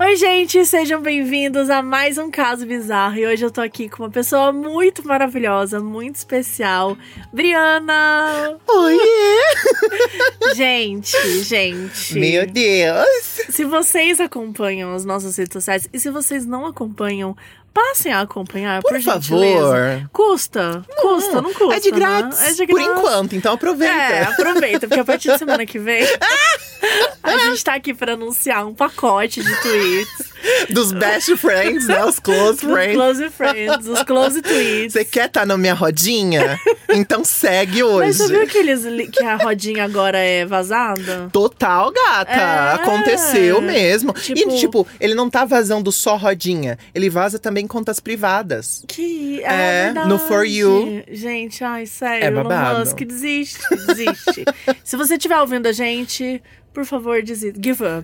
Oi, gente, sejam bem-vindos a mais um Caso Bizarro. E hoje eu tô aqui com uma pessoa muito maravilhosa, muito especial, Briana! Oiê! Gente. Meu Deus! Se vocês acompanham as nossas redes sociais e se vocês não acompanham, passem a acompanhar, por gentileza. Favor. Custa, não custa. É de grátis, né? É de por grátis. enquanto, então aproveita. Aproveita, porque a partir de semana que vem a gente tá aqui pra anunciar um pacote de tweets. Dos best friends, né? Os close friends. Close friends, os close tweets. Você quer estar na minha rodinha? Então segue hoje. Mas você viu que a rodinha agora é vazada? Total, gata. Aconteceu mesmo. Tipo- E, tipo, ele não tá vazando só rodinha. Ele vaza também contas privadas. Que É, verdade. no For You. Gente, ai, sério, É babado. Elon Musk, desiste. Se você estiver ouvindo a gente, por favor, desista. Give up.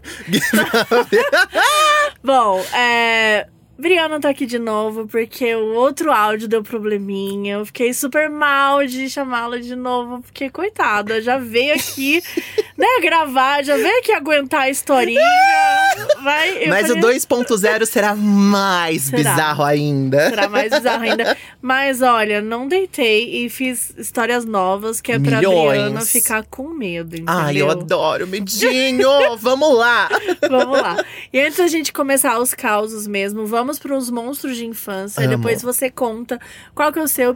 Bom, Briana tá aqui de novo porque o outro áudio deu probleminha. Eu fiquei super mal de chamá-la de novo, porque, coitada, já veio aqui, né, gravar, já veio aqui aguentar a historinha. Mas o 2.0 será mais bizarro ainda. Será mais bizarro ainda. Mas olha, não deitei e fiz histórias novas que é pra Briana ficar com medo, entendeu? Ai, eu adoro medinho. Vamos lá. Vamos lá. E antes da gente começar os causos mesmo, vamos para os monstros de infância. Amo. Depois você conta qual que é o seu.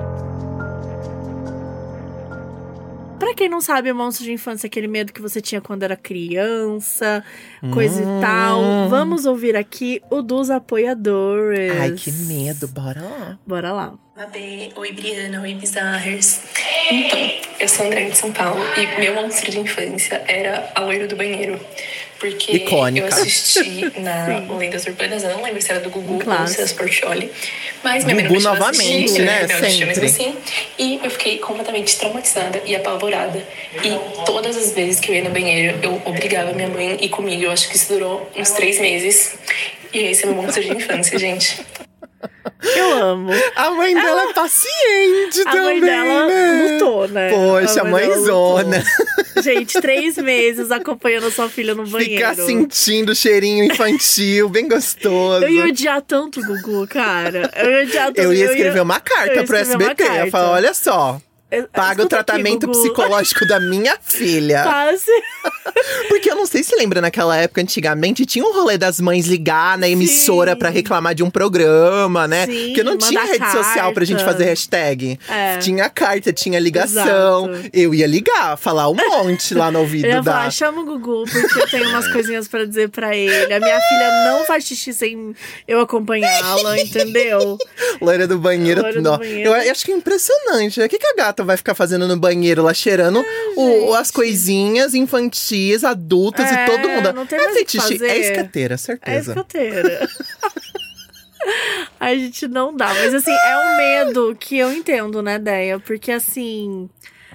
Pra quem não sabe, o monstro de infância é aquele medo que você tinha quando era criança, coisa e tal. Vamos ouvir aqui o dos apoiadores. Ai, que medo. Bora lá. Bora lá. Mabê, oi Briana, oi Bizarrers. Então, eu sou André de São Paulo e meu monstro de infância era a loira do banheiro. Porque Icônica. eu assisti na Lendas Urbanas, eu não lembro se era do Gugu ou se era Portioli. Mas minha mãe Gugu não deixou eu novamente, assistir, né? Não, deixou Sempre. mesmo assim. E eu fiquei completamente traumatizada e apavorada. E todas as vezes que eu ia no banheiro, eu obrigava minha mãe a ir comigo. Eu acho que isso durou uns 3 meses. E esse é meu monstro de infância, gente. Eu amo. A mãe dela é paciente A também, mãe dela né? lutou, né? Poxa, A mãe dela mãezona. lutou. Gente, 3 meses acompanhando a sua filha no banheiro. Ficar sentindo o cheirinho infantil, bem gostoso. Eu ia odiar tanto o Gugu, cara. Eu ia odiar tanto. Eu ia escrever uma eu carta ia pro escrever uma SBT. Eu ia carta. falar, olha só, paga o Escuta tratamento aqui, Gugu. psicológico da minha filha. Passe. Porque eu não sei se lembra, naquela época, antigamente, tinha um rolê das mães ligar na emissora Sim. pra reclamar de um programa, né? Sim, Porque não tinha mandar rede social pra gente carta. fazer hashtag. É. Tinha carta, tinha ligação. Exato. Eu ia ligar, falar um monte lá no ouvido Eu ia da… falar, chama o Gugu, porque eu tenho umas coisinhas pra dizer pra ele. A minha filha não faz xixi sem eu acompanhá-la, entendeu? Loira do banheiro. Loira do Não. banheiro. Eu acho que é impressionante. O que a gata vai ficar fazendo no banheiro lá, cheirando as coisinhas infantis, adultas e todo mundo. Não tem mais o que fetiche, fazer. é escateira, É certeza. escoteira. A gente não dá. Mas assim, é um medo que eu entendo, né, Deia? Porque assim,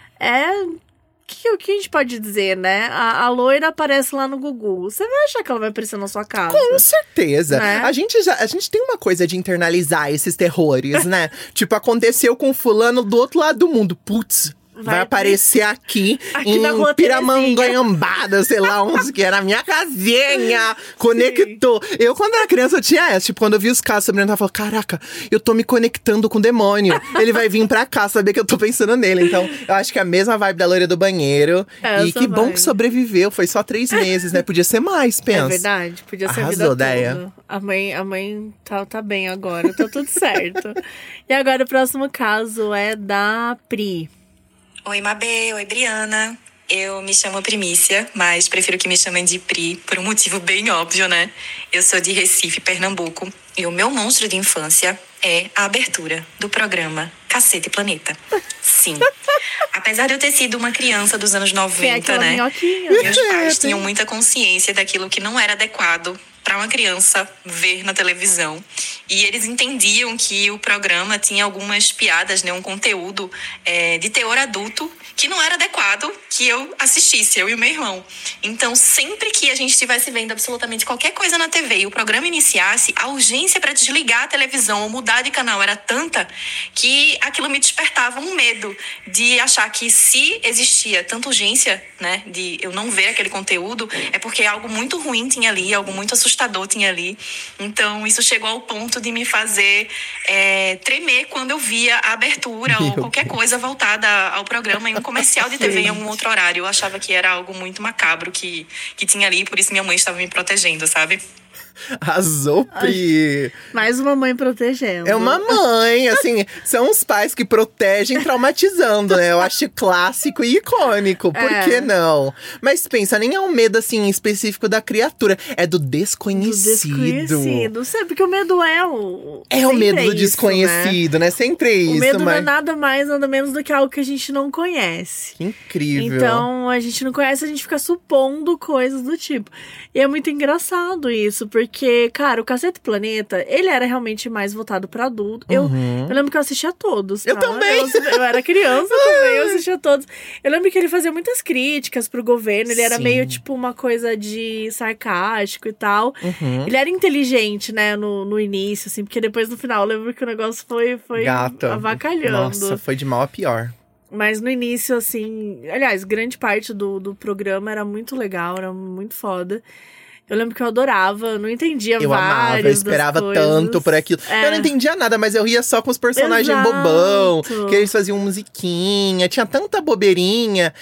o que a gente pode dizer, né? A loira aparece lá no Gugu. Você vai achar que ela vai aparecer na sua casa? Com certeza. Né? A gente tem uma coisa de internalizar esses terrores, né? Tipo, aconteceu com fulano do outro lado do mundo. Putz, vai aparecer aqui na Rua em Piramanganhambada, sei lá onde que era a minha casinha. Conectou. Eu, quando era criança, eu tinha essa. Tipo, quando eu vi os casos sobre ele, eu falava, caraca, eu tô me conectando com o demônio. Ele vai vir pra cá, saber que eu tô pensando nele. Então, eu acho que é a mesma vibe da loira do banheiro. Essa e que bom vibe. que sobreviveu. Foi só 3 meses, né? Podia ser mais, pensa. É verdade, podia ser a Arrasou, vida toda. Deia. A mãe tá bem agora, tá tudo certo. E agora o próximo caso é da Pri. Oi, Mabê. Oi, Briana. Eu me chamo Primícia, mas prefiro que me chamem de Pri, por um motivo bem óbvio, né? Eu sou de Recife, Pernambuco, e o meu monstro de infância é a abertura do programa Cacete Planeta. Sim. Apesar de eu ter sido uma criança dos anos 90, né? Minhoquinha. Meus pais tinham muita consciência daquilo que não era adequado para uma criança ver na televisão. E eles entendiam que o programa tinha algumas piadas, né, um conteúdo de teor adulto que não era adequado, que eu assistisse, eu e o meu irmão. Então, sempre que a gente estivesse vendo absolutamente qualquer coisa na TV e o programa iniciasse, a urgência para desligar a televisão ou mudar de canal era tanta que aquilo me despertava um medo de achar que se existia tanta urgência, né, de eu não ver aquele conteúdo, é porque algo muito ruim tinha ali, algo muito assustador tinha ali. Então, isso chegou ao ponto de me fazer tremer quando eu via a abertura ou qualquer coisa voltada ao programa em um comercial de TV em algum outro horário. Eu achava que era algo muito macabro que tinha ali, por isso minha mãe estava me protegendo, sabe? Arrasou, Pri! Mais uma mãe protegendo. É uma mãe, assim, são os pais que protegem traumatizando, né? Eu acho clássico e icônico, por que não? Mas pensa, nem é um medo, assim, específico da criatura, é do desconhecido. Do desconhecido, sabe? Porque o medo é o… É o medo do isso, desconhecido, né? Sempre é isso. O medo não é mas… nada mais, nada menos do que algo que a gente não conhece. Que incrível. Então, a gente não conhece, a gente fica supondo coisas do tipo. E é muito engraçado isso, porque, cara, o Cacete Planeta, ele era realmente mais voltado pra adulto. Eu lembro que eu assistia todos. Eu também! Eu era criança também, eu assistia todos. Eu lembro que ele fazia muitas críticas pro governo, ele era meio, tipo, uma coisa de sarcástico e tal. Ele era inteligente, né, no início, assim, porque depois, no final, eu lembro que o negócio foi Gata. avacalhando. Nossa, foi de mal a pior. Mas no início, assim… Aliás, grande parte do programa era muito legal, era muito foda. Eu lembro que eu adorava, não entendia Eu amava, eu esperava tanto por aquilo. Eu não entendia nada, mas eu ria só com os personagens bobão. Que eles faziam musiquinha, tinha tanta bobeirinha.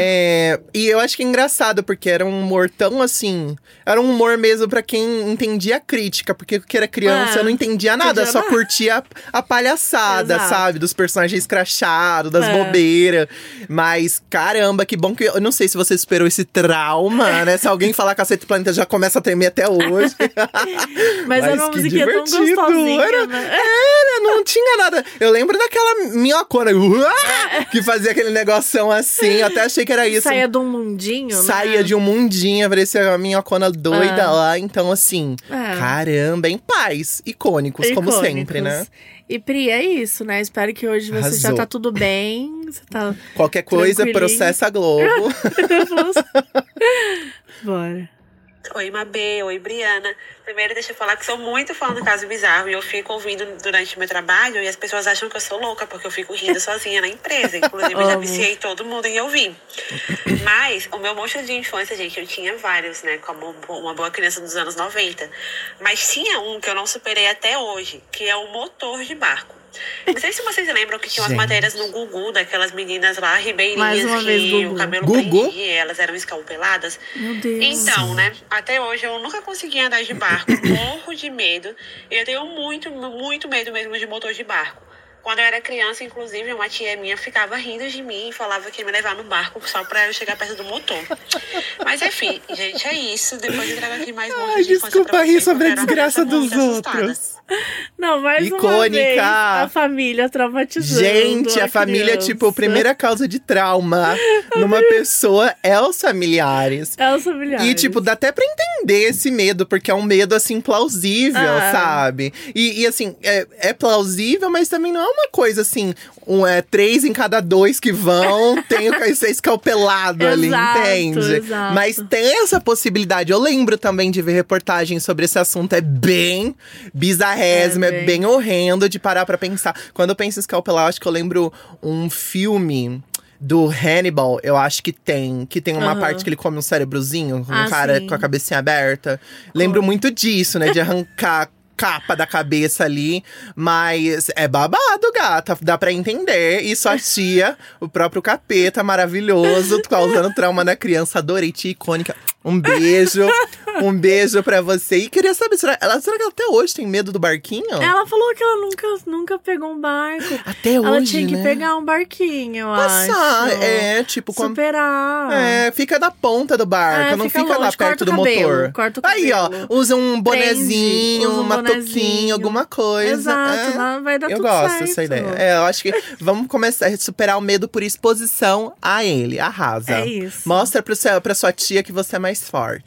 E eu acho que é engraçado, porque era um humor tão assim… Era um humor mesmo pra quem entendia a crítica. Porque que era criança, eu não entendia nada. Só curtia a palhaçada, sabe? Dos personagens crachados, das bobeiras. Mas, caramba, que bom que… Eu não sei se você superou esse trauma, né? Se alguém falar Cacete Planeta, já começa a tremer até hoje. Mas era uma musiquinha tão gostosinha, né? Não tinha nada. Eu lembro daquela minhocona que fazia aquele negoção assim. Eu até achei que era isso. Saía de um mundinho, Saía de um mundinho, parecia uma minhocona doida lá. Então, assim, caramba, em paz. Icônicos, como sempre, né? E Pri, é isso, né? Espero que hoje você já tá tudo bem. Você tá qualquer coisa, processa a Globo. Bora. Oi, Mabê. Oi, Briana. Primeiro, deixa eu falar que sou muito fã do Caso Bizarro e eu fico ouvindo durante o meu trabalho e as pessoas acham que eu sou louca porque eu fico rindo sozinha na empresa. Inclusive, eu já viciei todo mundo em ouvir. Mas o meu monstro de infância, gente, eu tinha vários, né? Como uma boa criança dos anos 90. Mas tinha um que eu não superei até hoje, que é o motor de barco. Não sei se vocês lembram que tinha umas matérias no Gugu, daquelas meninas lá, ribeirinhas, que o cabelo prendia, elas eram escalpeladas. Meu Deus. Então, né, até hoje eu nunca consegui andar de barco, morro de medo. E eu tenho muito, muito medo mesmo de motor de barco. Quando eu era criança, inclusive, uma tia minha ficava rindo de mim e falava que ia me levar no barco só pra eu chegar perto do motor. Mas enfim, gente, é isso. Depois eu trago aqui mais monte de infância pra vocês. Desculpa rir sobre a desgraça dos outros. Não, mais icônica. Uma vez, a família traumatizando. Gente, a família, tipo, a primeira causa de trauma numa pessoa é os familiares. É os familiares. E, tipo, dá até pra entender esse medo, porque é um medo, assim, plausível, sabe? E assim, é plausível, mas também não é uma coisa, assim, 3 em cada 2 que vão tem o ser escalpelado ali, entende? Exato. Mas tem essa possibilidade. Eu lembro também de ver reportagens sobre esse assunto. É bem bizarrésimo, é bem horrendo de parar pra pensar. Quando eu penso em escalpelar, acho que eu lembro um filme do Hannibal, eu acho que tem uma parte que ele come um cérebrozinho, um cara com a cabecinha aberta. Lembro muito disso, né, de arrancar capa da cabeça ali, mas é babado, gata, dá pra entender. E sua tia, o próprio capeta maravilhoso, causando trauma na criança, adorei, tia icônica. Um beijo pra você. E queria saber, será que ela até hoje tem medo do barquinho? Ela falou que ela nunca pegou um barco. Até hoje, ela tinha que pegar um barquinho, eu acho. Tipo… Superar. Fica na ponta do barco, não fica longe, lá perto do motor. Corta o cabelo. Aí, ó, usa um bonezinho, uma touquinha, alguma coisa. Exato, vai dar tudo certo. Eu gosto dessa ideia. Eu acho que vamos começar a superar o medo por exposição a ele. Arrasa. É isso. Mostra pra sua tia que você é mais forte.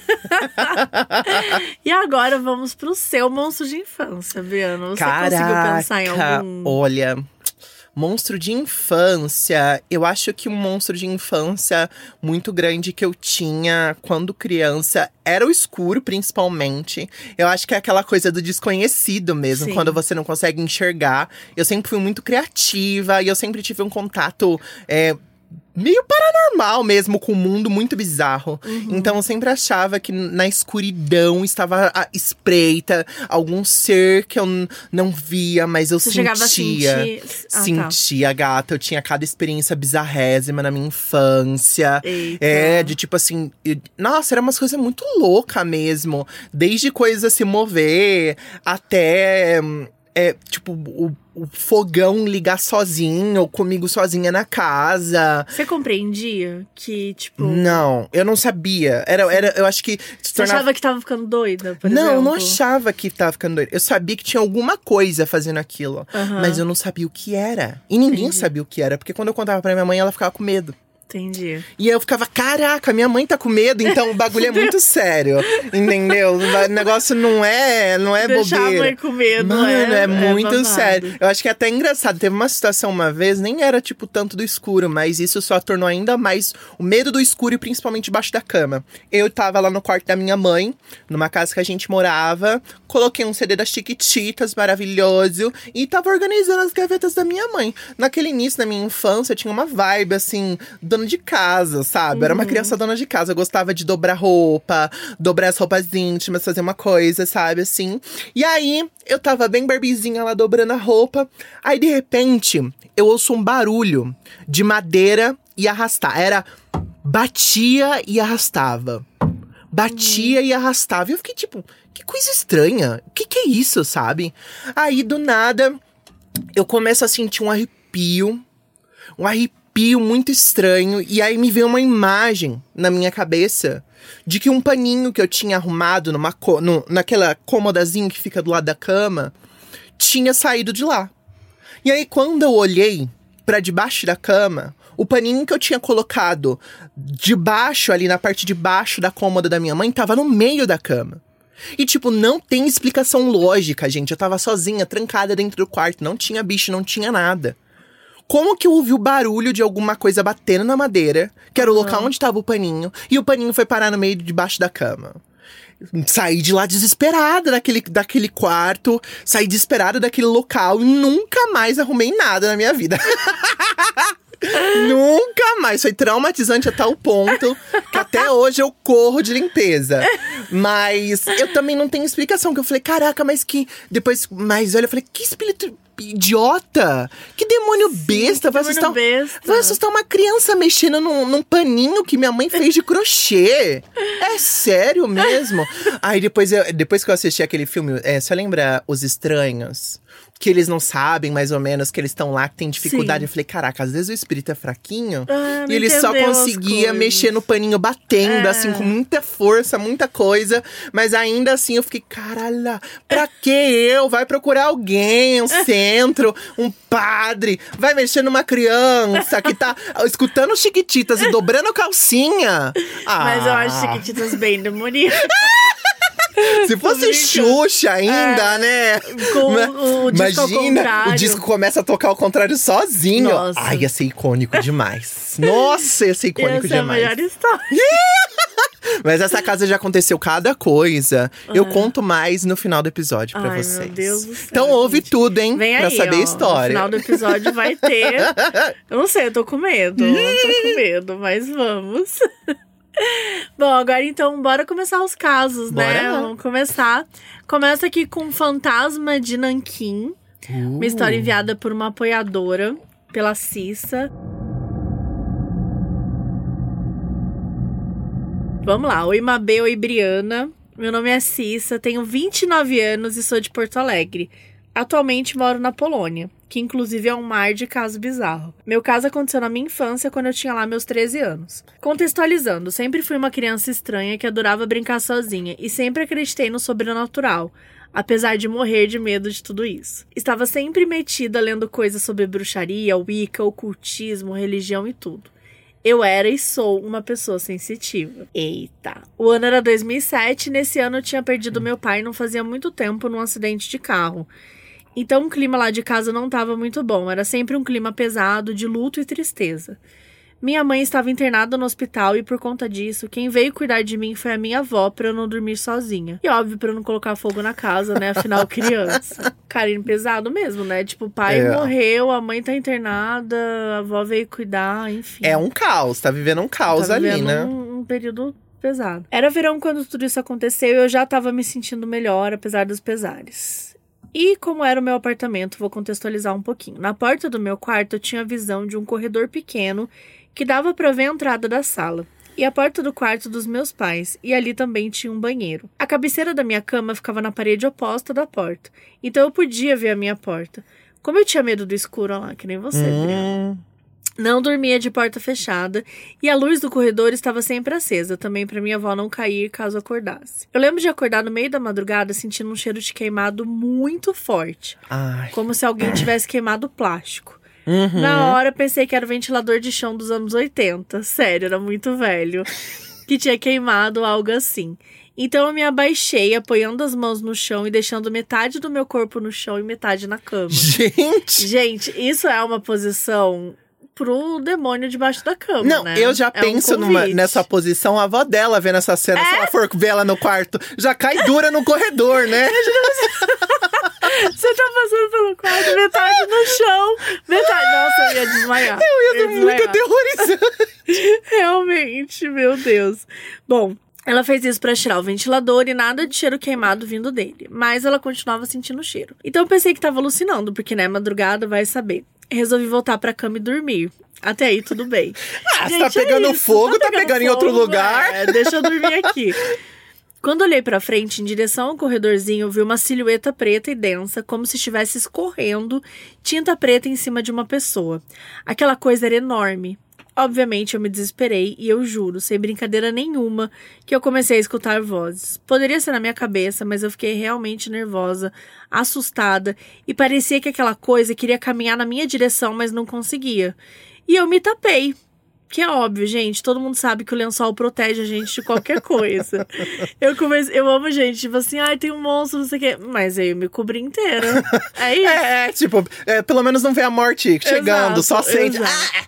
E agora vamos pro seu monstro de infância, Briana. Você conseguiu pensar em algum? Olha… Monstro de infância. Eu acho que um monstro de infância muito grande que eu tinha quando criança era o escuro, principalmente. Eu acho que é aquela coisa do desconhecido mesmo, Sim. quando você não consegue enxergar. Eu sempre fui muito criativa e eu sempre tive um contato meio paranormal mesmo, com um mundo muito bizarro. Então eu sempre achava que na escuridão estava à espreita algum ser que eu não via, mas eu Você sentia. chegava a sentir… Sentia, gata. Eu tinha cada experiência bizarrésima na minha infância. Eita. De tipo assim… Nossa, era umas coisas muito loucas mesmo. Desde coisas se mover até… tipo, o fogão ligar sozinho, ou comigo sozinha na casa. Você compreendia que, tipo… Não, eu não sabia. Eu acho que… Você achava que tava ficando doida, por exemplo? Não, eu não achava que tava ficando doida. Eu sabia que tinha alguma coisa fazendo aquilo. Mas eu não sabia o que era. E ninguém sabia o que era. Porque quando eu contava pra minha mãe, ela ficava com medo. Entendi. E eu ficava, caraca, minha mãe tá com medo, então o bagulho é muito sério. Entendeu? O negócio não é Deixar bobeira. a mãe com medo, Mano, é muito babado. sério. Eu acho que é até engraçado. Teve uma situação uma vez, nem era tipo tanto do escuro, mas isso só tornou ainda mais o medo do escuro e principalmente debaixo da cama. Eu tava lá no quarto da minha mãe, numa casa que a gente morava, coloquei um CD das Chiquititas, maravilhoso, e tava organizando as gavetas da minha mãe. Naquele início da minha infância, tinha uma vibe assim, dona de casa, sabe? Era uma criança dona de casa. Eu gostava de dobrar roupa, dobrar as roupas íntimas, fazer uma coisa, sabe? Assim. E aí, eu tava bem barbizinha lá dobrando a roupa. Aí, de repente, eu ouço um barulho de madeira e arrastar. Era batia e arrastava. Batia e arrastava. E eu fiquei tipo, que coisa estranha. O que é isso, sabe? Aí, do nada, eu começo a sentir um arrepio muito estranho, e aí me veio uma imagem na minha cabeça de que um paninho que eu tinha arrumado naquela cômodazinha que fica do lado da cama tinha saído de lá. E aí quando eu olhei pra debaixo da cama, o paninho que eu tinha colocado debaixo, ali na parte de baixo da cômoda da minha mãe, tava no meio da cama. E, tipo, não tem explicação lógica, gente. Eu tava sozinha, trancada dentro do quarto, não tinha bicho, não tinha nada. Como que eu ouvi o barulho de alguma coisa batendo na madeira, que era o local onde tava o paninho, e o paninho foi parar no meio debaixo da cama? Saí de lá desesperada daquele quarto, saí desesperada daquele local e nunca mais arrumei nada na minha vida. Nunca mais. Foi traumatizante a tal ponto que até hoje eu corro de limpeza. Mas eu também não tenho explicação. Que eu falei, caraca, mas que… Depois, mais velho, eu falei, que espírito idiota! Que demônio besta! Vai assustar uma criança mexendo num paninho que minha mãe fez de crochê. É sério mesmo? Aí depois que eu assisti aquele filme, você lembra Os Estranhos? Que eles não sabem, mais ou menos, que eles estão lá, que tem dificuldade. Sim. Eu falei, caraca, às vezes o espírito é fraquinho. Não E ele só entendeu as conseguia coisas. mexer no paninho, batendo, assim, com muita força, muita coisa. Mas ainda assim, eu fiquei, caralho, pra que eu? Vai procurar alguém, um centro, um padre. Vai mexer numa criança que tá escutando Chiquititas e dobrando calcinha. Mas eu acho Chiquititas bem demoníaco. Se fosse Xuxa ainda, né? Com o disco ao Imagina, contrário. o disco começa a tocar ao contrário sozinho. Nossa. Ai, ia ser icônico demais. Nossa, ia ser icônico Essa é a demais. melhor história. Mas essa casa já aconteceu cada coisa. Eu conto mais no final do episódio pra Ai, vocês. meu Deus do céu, Então ouve gente. tudo, hein? Vem pra aí, saber a ó, história. No final do episódio vai ter… Eu não sei, eu tô com medo. Mas vamos. Bom, agora então, bora começar os casos, Bora né? lá. Vamos começar. Começa aqui com Fantasma de Nanquim. Uma história enviada por uma apoiadora, pela Cissa. Vamos lá. Oi, Mabê. Oi, Briana. Meu nome é Cissa, tenho 29 anos e sou de Porto Alegre. Atualmente moro na Polônia, que inclusive é um mar de caso bizarro. Meu caso aconteceu na minha infância, quando eu tinha lá meus 13 anos. Contextualizando, sempre fui uma criança estranha que adorava brincar sozinha e sempre acreditei no sobrenatural, apesar de morrer de medo de tudo isso. Estava sempre metida lendo coisas sobre bruxaria, wicca, ocultismo, religião e tudo. Eu era e sou uma pessoa sensitiva. Eita. O ano era 2007 e nesse ano eu tinha perdido meu pai não fazia muito tempo num acidente de carro. Então o clima lá de casa não estava muito bom, era sempre um clima pesado de luto e tristeza. Minha mãe estava internada no hospital e, por conta disso, quem veio cuidar de mim foi a minha avó pra eu não dormir sozinha. E óbvio, pra eu não colocar fogo na casa, né? Afinal, criança. Carinho pesado mesmo, né? Tipo, o pai morreu, a mãe tá internada, a avó veio cuidar, enfim. É um caos, tá vivendo um caos ali, né? Um período pesado. Era verão quando tudo isso aconteceu e eu já tava me sentindo melhor, apesar dos pesares. E como era o meu apartamento, vou contextualizar um pouquinho. Na porta do meu quarto, eu tinha a visão de um corredor pequeno que dava para ver a entrada da sala. E a porta do quarto dos meus pais, e ali também tinha um banheiro. A cabeceira da minha cama ficava na parede oposta da porta, então eu podia ver a minha porta. Como eu tinha medo do escuro, lá, que nem você, Adriana, não dormia de porta fechada, e a luz do corredor estava sempre acesa, também para minha avó não cair caso acordasse. Eu lembro de acordar no meio da madrugada sentindo um cheiro de queimado muito forte, como se alguém tivesse queimado plástico. Na hora, pensei que era o ventilador de chão dos anos 80. Sério, era muito velho. Que tinha queimado algo assim. Então eu me abaixei, apoiando as mãos no chão e deixando metade do meu corpo no chão e metade na cama. Gente, isso é uma posição pro demônio debaixo da cama, não, né? Eu já penso nessa posição, a avó dela vendo essa cena, se ela for ver ela no quarto, já cai dura no corredor, né? Você tá passando pelo quarto, metade no chão, metade... Nossa, eu ia desmaiar. Eu ia ser muito aterrorizante. Realmente, meu Deus. Bom, ela fez isso pra tirar o ventilador e nada de cheiro queimado vindo dele. Mas ela continuava sentindo o cheiro. Então eu pensei que tava alucinando, porque, né, madrugada vai saber. Resolvi voltar pra cama e dormir. Até aí, tudo bem. Gente, tá pegando fogo, tá pegando em outro lugar. Deixa eu dormir aqui. Quando olhei pra frente, em direção ao corredorzinho, vi uma silhueta preta e densa, como se estivesse escorrendo tinta preta em cima de uma pessoa. Aquela coisa era enorme. Obviamente, eu me desesperei e eu juro, sem brincadeira nenhuma, que eu comecei a escutar vozes. Poderia ser na minha cabeça, mas eu fiquei realmente nervosa, assustada, e parecia que aquela coisa queria caminhar na minha direção, mas não conseguia. E eu me tapei. Que é óbvio, gente, todo mundo sabe que o lençol protege a gente de qualquer coisa. Eu amo gente, tipo assim, ai, tem um monstro, não sei o quê. Mas aí eu me cobri inteira. É isso. Pelo menos não vê a morte chegando, só sente.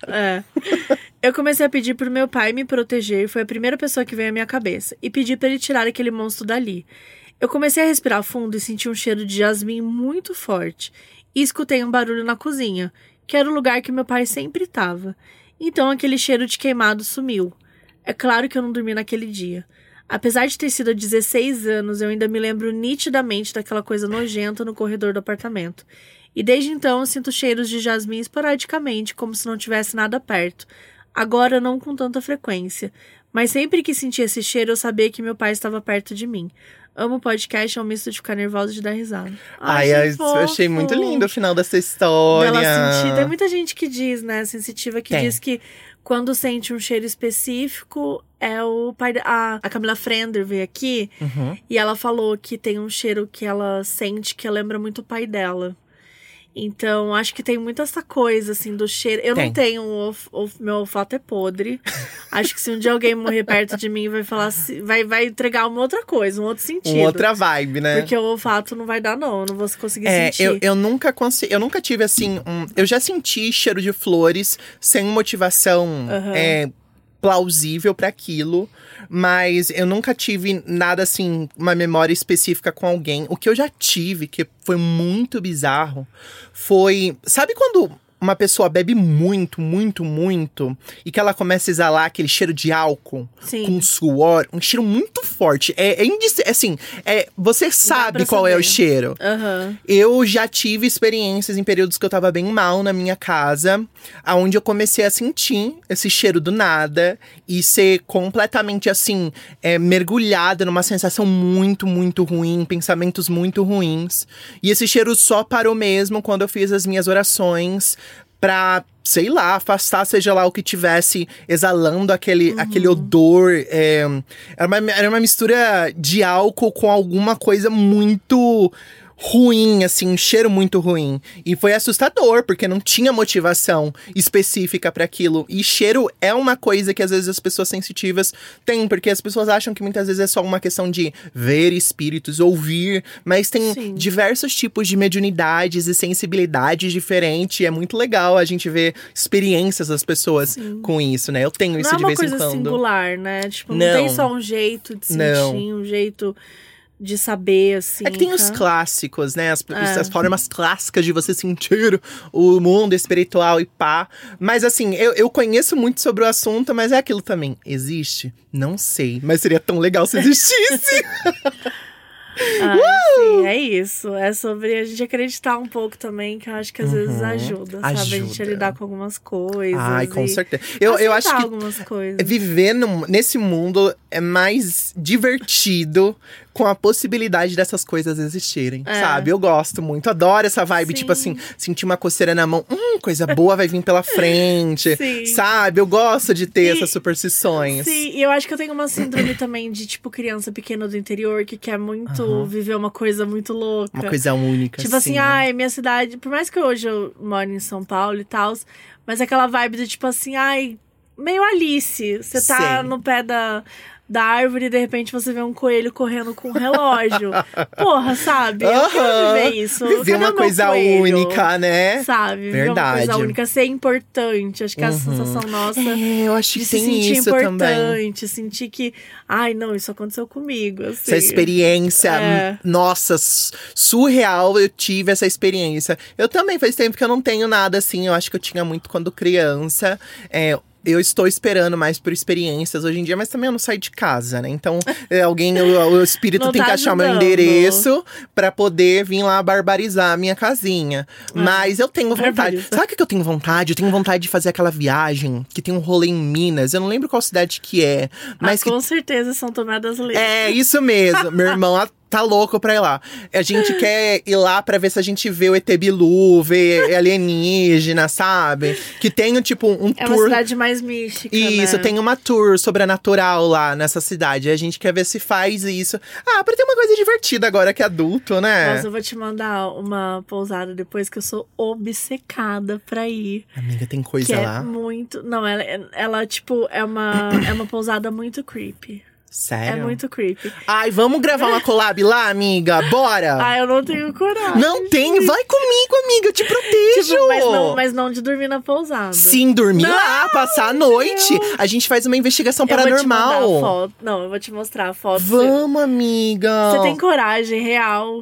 Eu comecei a pedir pro meu pai me proteger, foi a primeira pessoa que veio à minha cabeça. E pedi pra ele tirar aquele monstro dali. Eu comecei a respirar fundo e senti um cheiro de jasmim muito forte. E escutei um barulho na cozinha, que era o lugar que meu pai sempre estava. Então aquele cheiro de queimado sumiu. É claro que eu não dormi naquele dia. Apesar de ter sido há 16 anos, eu ainda me lembro nitidamente daquela coisa nojenta no corredor do apartamento. E desde então eu sinto cheiros de jasmim esporadicamente, como se não tivesse nada perto. Agora não com tanta frequência. Mas sempre que sentia esse cheiro, eu sabia que meu pai estava perto de mim. Amo o podcast, é um misto de ficar nervosa e de dar risada. Eu achei muito lindo o final dessa história. Tem muita gente que diz, né, sensitiva, que diz que quando sente um cheiro específico, é o pai... A Camila Frender veio aqui e ela falou que tem um cheiro que ela sente que lembra muito o pai dela. Então, acho que tem muito essa coisa, assim, do cheiro. Eu não tenho... meu olfato é podre. Acho que se um dia alguém morrer perto de mim, vai falar assim, vai entregar uma outra coisa, um outro sentido. Uma outra vibe, né? Porque o olfato não vai dar, não. Eu não vou conseguir sentir. Eu nunca tive, assim... eu já senti cheiro de flores sem motivação plausível pra aquilo. Mas eu nunca tive nada assim, uma memória específica com alguém. O que eu já tive, que foi muito bizarro, foi... Sabe quando uma pessoa bebe muito, muito, muito, e que ela começa a exalar aquele cheiro de álcool com suor, um cheiro muito forte. Você sabe qual é o cheiro. Eu já tive experiências em períodos que eu tava bem mal na minha casa, onde eu comecei a sentir esse cheiro do nada e ser completamente assim, mergulhada numa sensação muito, muito ruim, pensamentos muito ruins. E esse cheiro só parou mesmo quando eu fiz as minhas orações pra, sei lá, afastar, seja lá o que tivesse exalando aquele odor. Era uma mistura de álcool com alguma coisa muito ruim, assim, um cheiro muito ruim. E foi assustador, porque não tinha motivação específica pra aquilo. E cheiro é uma coisa que às vezes as pessoas sensitivas têm, porque as pessoas acham que muitas vezes é só uma questão de ver espíritos, ouvir, mas tem diversos tipos de mediunidades e sensibilidades diferentes. E é muito legal a gente ver experiências das pessoas com isso, né? Eu tenho isso de vez em quando. Não é uma coisa singular, né? Tipo, não tem só um jeito de sentir, um jeito de saber, assim. É que tem os clássicos, né? As formas clássicas de você sentir o mundo espiritual e pá. Mas assim, eu conheço muito sobre o assunto, mas é aquilo também. Existe? Não sei. Mas seria tão legal se existisse. Sim, é isso. É sobre a gente acreditar um pouco também, que eu acho que às vezes ajuda, sabe? A gente a lidar com algumas coisas. Ai, com certeza. Eu acho que algumas coisas. Viver nesse mundo é mais divertido com a possibilidade dessas coisas existirem, sabe? Eu gosto muito, adoro essa vibe, tipo assim, sentir uma coceira na mão, coisa boa vai vir pela frente, sabe? Eu gosto de ter essas superstições. Sim, e eu acho que eu tenho uma síndrome também de, tipo, criança pequena do interior que quer muito viver uma coisa muito louca. Uma coisa única, tipo assim, ai, minha cidade, por mais que hoje eu moro em São Paulo e tal, mas aquela vibe do tipo assim, ai, meio Alice, você tá no pé da árvore e de repente você vê um coelho correndo com um relógio. Porra, sabe? Eu quero viver isso. Viver uma coisa única, né? Sabe? Viver uma coisa única, ser importante. Acho que é a sensação nossa. Eu acho que de tem se sentir isso importante, também. Sentir que, ai, não, isso aconteceu comigo. Assim. Essa experiência, nossa, surreal, eu tive essa experiência. Eu também, faz tempo que eu não tenho nada assim. Eu acho que eu tinha muito quando criança. Eu estou esperando mais por experiências hoje em dia, mas também eu não saio de casa, né? Então, o espírito não tem tá que achar meu endereço pra poder vir lá barbarizar a minha casinha. Mas eu tenho vontade. Sabe o que eu tenho vontade? Eu tenho vontade de fazer aquela viagem que tem um rolê em Minas. Eu não lembro qual cidade que é. Mas com certeza São Tomé das Letras. É, isso mesmo. Meu irmão tá louco pra ir lá. A gente quer ir lá pra ver se a gente vê o ET Bilu, ver alienígena, sabe? Que tem, tipo, um tour… É uma cidade mais mística, Isso, né? tem uma tour sobrenatural lá nessa cidade. A gente quer ver se faz isso. Pra ter uma coisa divertida agora que é adulto, né? Nossa, eu vou te mandar uma pousada depois que eu sou obcecada pra ir. Amiga, tem coisa que lá? É muito… Não, ela tipo, é uma pousada muito creepy. Sério? É muito creepy. Ai, vamos gravar uma collab lá, amiga? Bora! Ai, eu não tenho coragem. Não tem? Vai comigo, amiga, eu te protejo! Tipo, mas não de dormir na pousada. Sim, dormir lá, passar a noite. A gente faz uma investigação paranormal. Eu vou te mandar a foto. Não, eu vou te mostrar a foto. Vamos, amiga! Você tem coragem, real.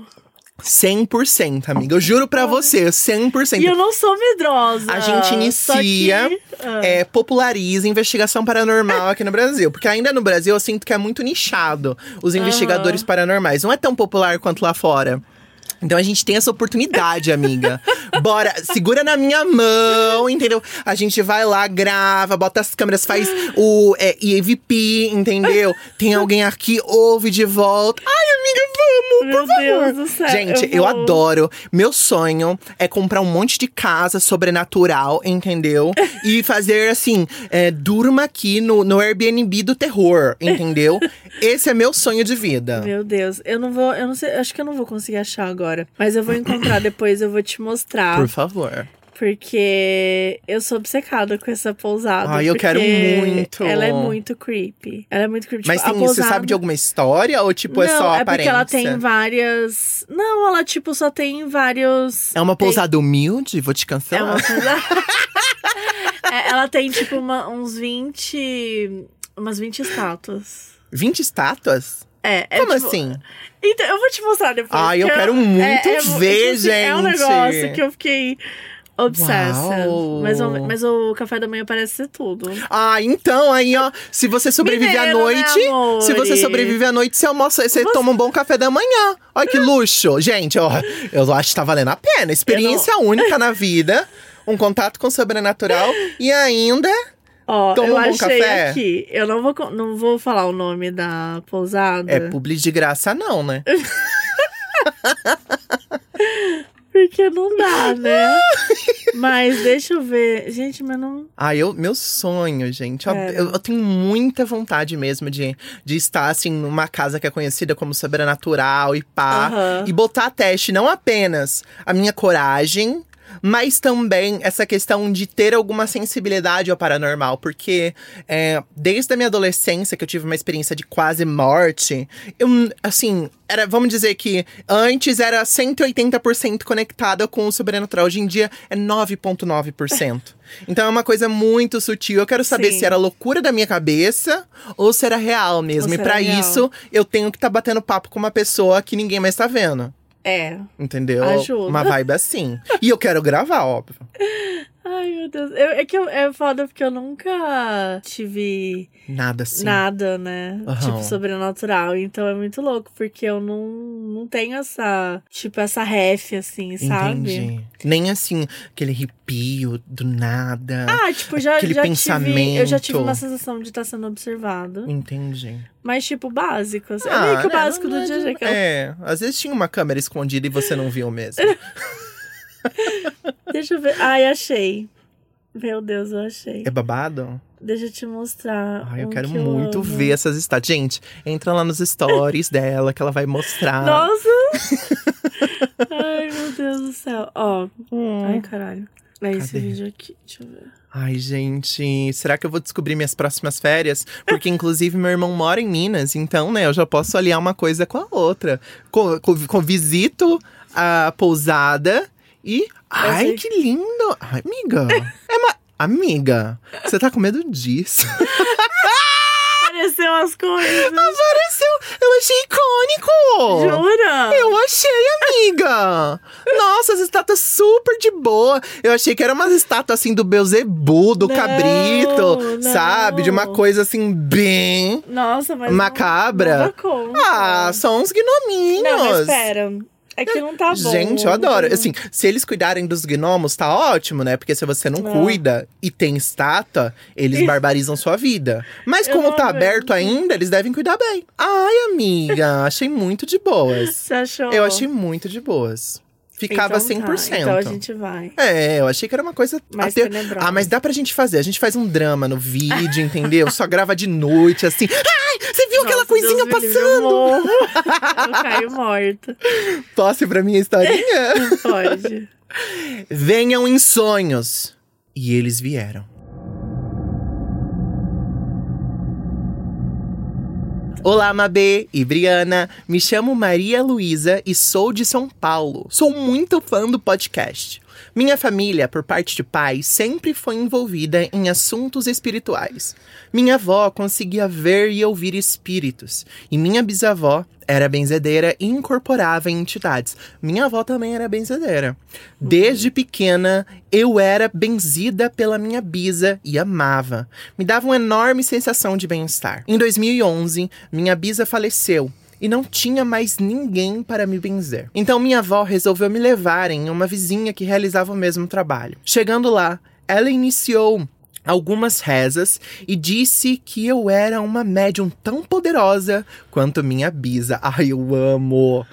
100%, amiga. Eu juro pra você, 100%. E eu não sou medrosa. A gente inicia, populariza investigação paranormal aqui no Brasil. Porque ainda no Brasil eu sinto que é muito nichado os investigadores paranormais. Não é tão popular quanto lá fora. Então a gente tem essa oportunidade, amiga. Bora, segura na minha mão, entendeu? A gente vai lá, grava, bota as câmeras, faz o EVP, entendeu? Tem alguém aqui, ouve de volta. Ai, amiga, vamos, por favor. Meu Deus do céu. Gente, eu adoro. Meu sonho é comprar um monte de casa sobrenatural, entendeu? E fazer assim, durma aqui no Airbnb do terror, entendeu? Esse é meu sonho de vida. Meu Deus, eu não sei, acho que eu não vou conseguir achar agora. Mas eu vou encontrar depois, eu vou te mostrar. Por favor. Porque eu sou obcecada com essa pousada. Ai, eu quero muito. Ela é muito creepy. Ela é muito creepy. Mas tipo, você sabe de alguma história? Ou, tipo, é só aparência? Não, é porque ela tem várias… Não, ela, tipo, só tem vários… É uma pousada humilde? Vou te cancelar. É uma pousada… ela tem, tipo, umas 20 estátuas. 20 estátuas? Como tipo, assim? Então, eu vou te mostrar depois. Ai, eu quero muito ver, tipo, gente. É um negócio que eu fiquei obsessa. Uau. Mas o café da manhã parece ser tudo. Então, aí, ó. Se você sobrevive à noite… Né, amore? Se você sobrevive à noite, você almoça… Você toma um bom café da manhã. Olha que luxo. Gente, ó. Eu acho que tá valendo a pena. Experiência única na vida. Um contato com o sobrenatural. E ainda… Ó, toma eu um bom achei café. aqui. Eu não vou falar o nome da pousada. É publi de graça não, né? Porque não dá, né? Mas deixa eu ver. Gente, mas não. Meu sonho, gente. Pera. Eu tenho muita vontade mesmo de estar, assim, numa casa que é conhecida como sobrenatural e pá. Aham. E botar a teste não apenas a minha coragem, mas também essa questão de ter alguma sensibilidade ao paranormal. Porque desde a minha adolescência, que eu tive uma experiência de quase morte, eu, assim, vamos dizer que antes era 180% conectada com o sobrenatural. Hoje em dia é 9,9%. Então é uma coisa muito sutil. Eu quero saber Sim. se era loucura da minha cabeça ou se era real mesmo. Ou E se pra era real. isso, eu tenho que estar batendo papo com uma pessoa que ninguém mais tá vendo. Entendeu? Ajuda. Uma vibe assim. E eu quero gravar, óbvio. Ai, meu Deus. É foda porque eu nunca tive Nada assim. nada, né? Aham. Tipo, sobrenatural. Então é muito louco, porque eu não tenho essa ref, assim, sabe? Entendi. Nem assim, aquele arrepio do nada. Tipo, aquele pensamento. eu já tive uma sensação de estar sendo observado. Entendi. Mas, tipo, básico. Assim. É meio que o básico do dia a dia. Às vezes tinha uma câmera escondida e você não viu mesmo. Deixa eu ver. Ai, achei. Meu Deus, eu achei. É babado? Deixa eu te mostrar. Ai, eu um quero que muito amo. ver essas estátuas. Gente, entra lá nos stories dela, que ela vai mostrar. Nossa! Ai, meu Deus do céu. Ó. Ai, caralho. É esse Cadê? vídeo aqui. Deixa eu ver. Ai, gente, será que eu vou descobrir minhas próximas férias? Porque, inclusive, meu irmão mora em Minas, então, né, eu já posso aliar uma coisa com a outra. Visito a pousada e… Ai, que lindo! Ai, amiga, amiga, você tá com medo disso? Apareceu as coisas. Apareceu! Eu achei icônico! Jura? Eu achei, amiga! Nossa, as estátuas super de boa. Eu achei que eram umas estátuas assim do Beuzebu, do Não, cabrito, não. sabe? De uma coisa assim bem Nossa, mas macabra. Não dá conta. Ah, são uns gnominhos. Não, mas pera. É que não tá bom. Gente, eu adoro. Assim, se eles cuidarem dos gnomos, tá ótimo, né? Porque se você não cuida e tem estátua, eles barbarizam sua vida. Mas Eu como não tá aguento. aberto ainda, eles devem cuidar bem. Ai, amiga, achei muito de boas. Você achou? Eu achei muito de boas. Ficava Então tá, 100%. então a gente vai. Eu achei que era uma coisa… Mais tenebrosa. Ah, mas dá pra gente fazer. A gente faz um drama no vídeo, entendeu? Só grava de noite, assim. Ai, você viu aquela Nossa, coisinha Deus me livre, passando? eu morro. Eu caio morta. Posse pra minha historinha? Pode. Venham em sonhos. E eles vieram. Olá, Mabê e Briana. Me chamo Maria Luísa e sou de São Paulo. Sou muito fã do podcast. Minha família, por parte de pai, sempre foi envolvida em assuntos espirituais. Minha avó conseguia ver e ouvir espíritos. E minha bisavó era benzedeira e incorporava em entidades. Minha avó também era benzedeira. Desde pequena, eu era benzida pela minha bisa e amava. Me dava uma enorme sensação de bem-estar. Em 2011, minha bisa faleceu. E não tinha mais ninguém para me benzer. Então minha avó resolveu me levar em uma vizinha que realizava o mesmo trabalho. Chegando lá, ela iniciou algumas rezas e disse que eu era uma médium tão poderosa quanto minha bisa. Ai, eu amo!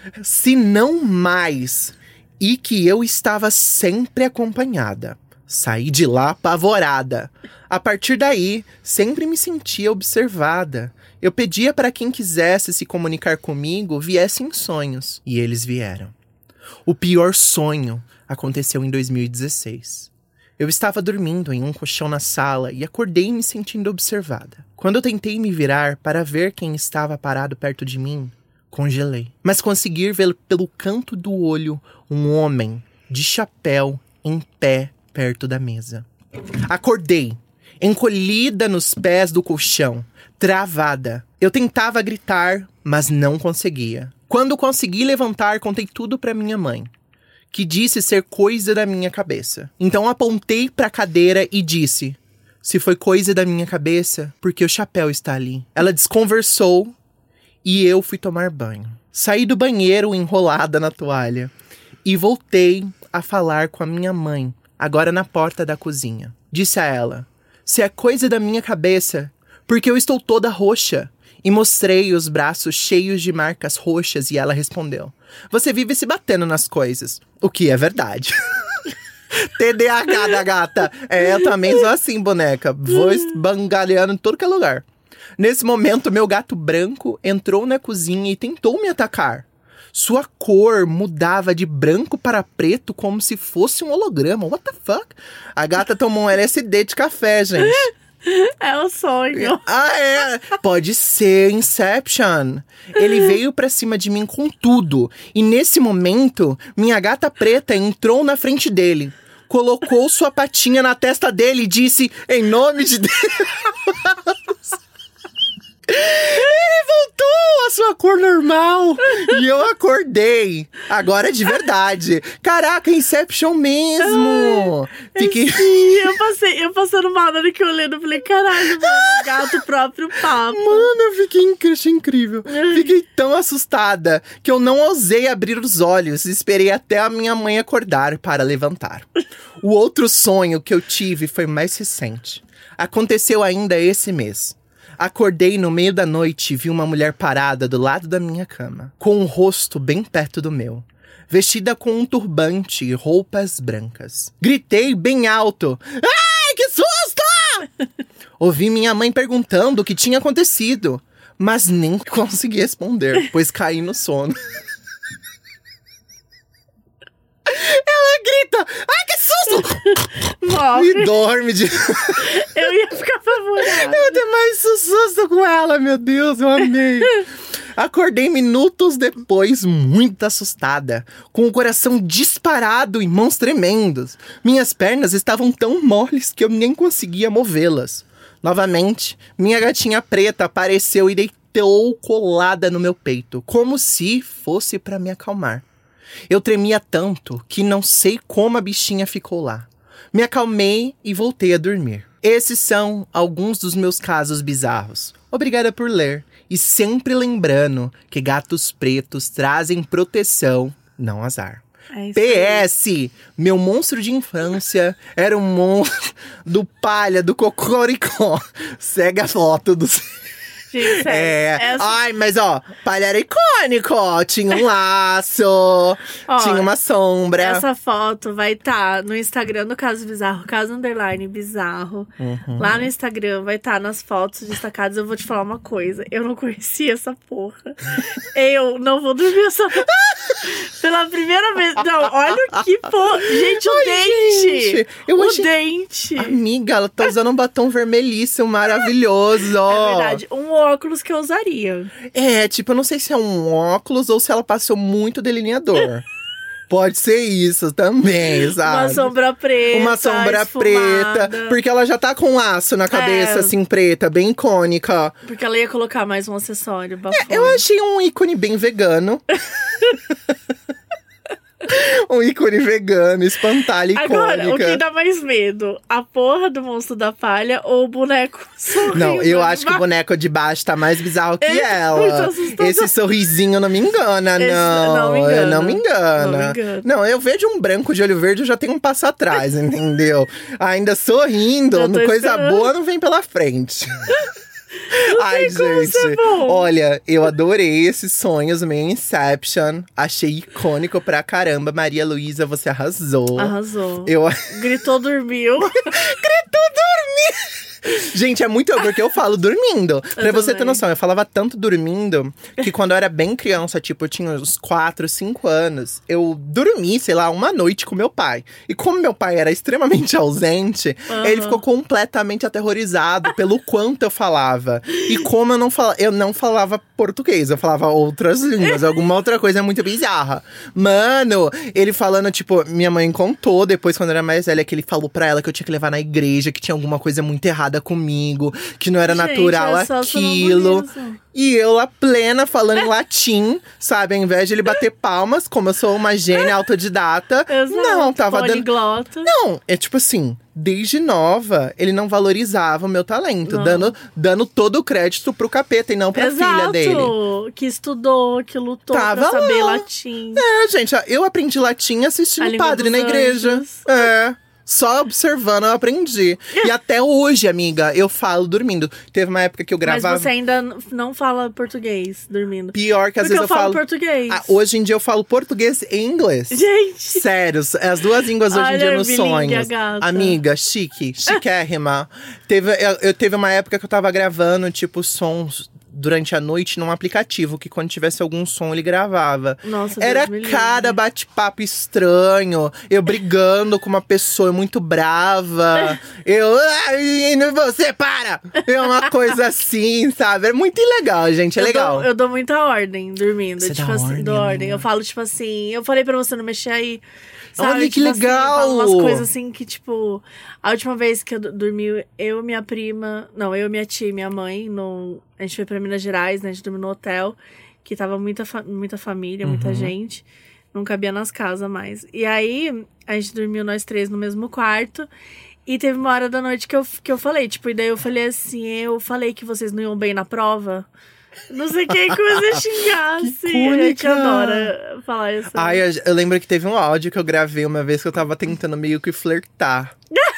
Se não mais. E que eu estava sempre acompanhada. Saí de lá apavorada. A partir daí, sempre me sentia observada. Eu pedia para quem quisesse se comunicar comigo viesse em sonhos. E eles vieram. O pior sonho aconteceu em 2016. Eu estava dormindo em um colchão na sala e acordei me sentindo observada. Quando eu tentei me virar para ver quem estava parado perto de mim, congelei. Mas consegui ver pelo canto do olho um homem de chapéu em pé perto da mesa. Acordei, encolhida nos pés do colchão, travada. Eu tentava gritar, mas não conseguia. Quando consegui levantar, contei tudo para minha mãe, que disse ser coisa da minha cabeça. Então apontei para a cadeira e disse: se foi coisa da minha cabeça, porque o chapéu está ali. Ela desconversou e eu fui tomar banho. Saí do banheiro enrolada na toalha e voltei a falar com a minha mãe, agora na porta da cozinha. Disse a ela: se é coisa da minha cabeça, porque eu estou toda roxa. E mostrei os braços cheios de marcas roxas e ela respondeu: você vive se batendo nas coisas. O que é verdade. TDAH da gata. Eu também sou assim, boneca. Vou esbangalhando em todo que é lugar. Nesse momento, meu gato branco entrou na cozinha e tentou me atacar. Sua cor mudava de branco para preto como se fosse um holograma. What the fuck? A gata tomou um LSD de café, gente. É o sonho. Pode ser Inception. Ele veio pra cima de mim com tudo. E nesse momento, minha gata preta entrou na frente dele. Colocou sua patinha na testa dele e disse, em nome de Deus. Ele voltou à sua cor normal. E eu acordei. Agora de verdade. Caraca, Inception mesmo. Fiquei... Sim, eu passando mal na hora que eu olhei, eu falei, caralho, mano, gato próprio papo. Mano, eu achei incrível. Fiquei tão assustada que eu não ousei abrir os olhos. Esperei até a minha mãe acordar para levantar. O outro sonho que eu tive foi mais recente. Aconteceu ainda esse mês. Acordei no meio da noite e vi uma mulher parada do lado da minha cama, com um rosto bem perto do meu, vestida com um turbante e roupas brancas. Gritei bem alto. Ai, que susto! Ouvi minha mãe perguntando o que tinha acontecido, mas nem consegui responder, pois caí no sono. Ela grita, ai, que susto! Morre. E dorme de... Eu ia ficar apavorada. Eu tenho mais susto com ela, meu Deus, eu amei. Acordei minutos depois, muito assustada, com o coração disparado e mãos tremendas. Minhas pernas estavam tão moles que eu nem conseguia movê-las. Novamente, minha gatinha preta apareceu e deitou colada no meu peito, como se fosse para me acalmar. Eu tremia tanto que não sei como a bichinha ficou lá. Me acalmei e voltei a dormir. Esses são alguns dos meus casos bizarros. Obrigada por ler. E sempre lembrando que gatos pretos trazem proteção, não azar. PS, meu monstro de infância era um monstro do Palha, do Cocoricó. Segue a foto do... Gente, sério, Ai, mas ó, Palha era icônico, ó. Tinha um laço, tinha uma sombra. Essa foto vai estar no Instagram do Caso Bizarro, Caso Underline Bizarro. Lá no Instagram vai estar nas fotos destacadas. Eu vou te falar uma coisa, eu não conhecia essa porra. Eu não vou dormir essa... Pela primeira vez. Não, olha que porra. Gente, o dente. Gente, dente. Amiga, ela tá usando um batom vermelhíssimo, maravilhoso. É verdade, um óculos que eu usaria. Tipo, eu não sei se é um óculos ou se ela passou muito delineador. Pode ser isso também, sabe? Uma sombra preta. Uma sombra esfumada. preta. Porque ela já tá com um laço na cabeça, assim, preta, bem icônica. Porque ela ia colocar mais um acessório bafona. Eu achei um ícone bem vegano. Um ícone vegano, espantalho, icônica. Agora, o que dá mais medo? A porra do monstro da palha ou o boneco sorrindo? Não, eu acho que o boneco de baixo tá mais bizarro que ela. Esse sorrisinho não me engana, não. Não me engana. Não, eu vejo um branco de olho verde, eu já tenho um passo atrás, entendeu? Ainda sorrindo, coisa boa não vem pela frente. Ai, gente, olha, eu adorei esses sonhos, meio Inception. Achei icônico pra caramba. Maria Luísa, você arrasou. Arrasou. Gritou, dormiu. Gritou, dormiu. Gente, é muito porque eu falo dormindo. Pra você ter noção, eu falava tanto dormindo que quando eu era bem criança, tipo, eu tinha uns 4, 5 anos, eu dormi, sei lá, uma noite com meu pai. E como meu pai era extremamente ausente, ele ficou completamente aterrorizado pelo quanto eu falava. E como eu não falava português, eu falava outras línguas, alguma outra coisa muito bizarra. Mano, ele falando, tipo, minha mãe contou depois, quando eu era mais velha, que ele falou pra ela que eu tinha que levar na igreja, que tinha alguma coisa muito errada comigo, que não era natural aquilo. E eu lá plena, falando em latim, sabe? Ao invés de ele bater palmas, como eu sou uma gênia autodidata. Não, tava poliglota. Não, é tipo assim, desde nova, ele não valorizava o meu talento, dando todo o crédito pro capeta e não pra filha dele. Que estudou, que lutou pra saber latim. Gente, eu aprendi latim assistindo o padre na igreja. Só observando eu aprendi. E até hoje, amiga, eu falo dormindo. Teve uma época que eu gravava… Mas você ainda não fala português dormindo. Pior que às Porque vezes eu falo… português. Hoje em dia eu falo português e inglês. Gente! Sério, as duas línguas hoje em dia nos sonhos. Gata. Amiga, chiquérrima. Eu teve uma época que eu tava gravando, tipo, sons durante a noite num aplicativo, que quando tivesse algum som ele gravava. Nossa, Era Deus me cada livre. bate-papo estranho, eu brigando com uma pessoa muito brava. Ai, você para! É uma coisa assim, sabe? É muito ilegal, gente, é legal. Eu dou muita ordem dormindo. Você tipo dá assim, ordem, dou ordem. amiga? Eu falo, tipo assim, eu falei pra você não mexer aí. Sabe? Olha que Tipo assim, legal! eu falo umas coisas assim que, tipo, a última vez que eu dormi, eu, minha prima, não, eu, minha tia e minha mãe, a gente foi pra Minas Gerais, né? A gente dormiu no hotel, que tava muita família, muita gente. Não cabia nas casas mais. E aí, a gente dormiu nós três no mesmo quarto. E teve uma hora da noite que eu falei, tipo, e daí eu falei assim, eu falei que vocês não iam bem na prova. Não sei quem começou a xingar, assim. A gente adora falar isso. Ai, eu lembro que teve um áudio que eu gravei uma vez que eu tava tentando meio que flertar.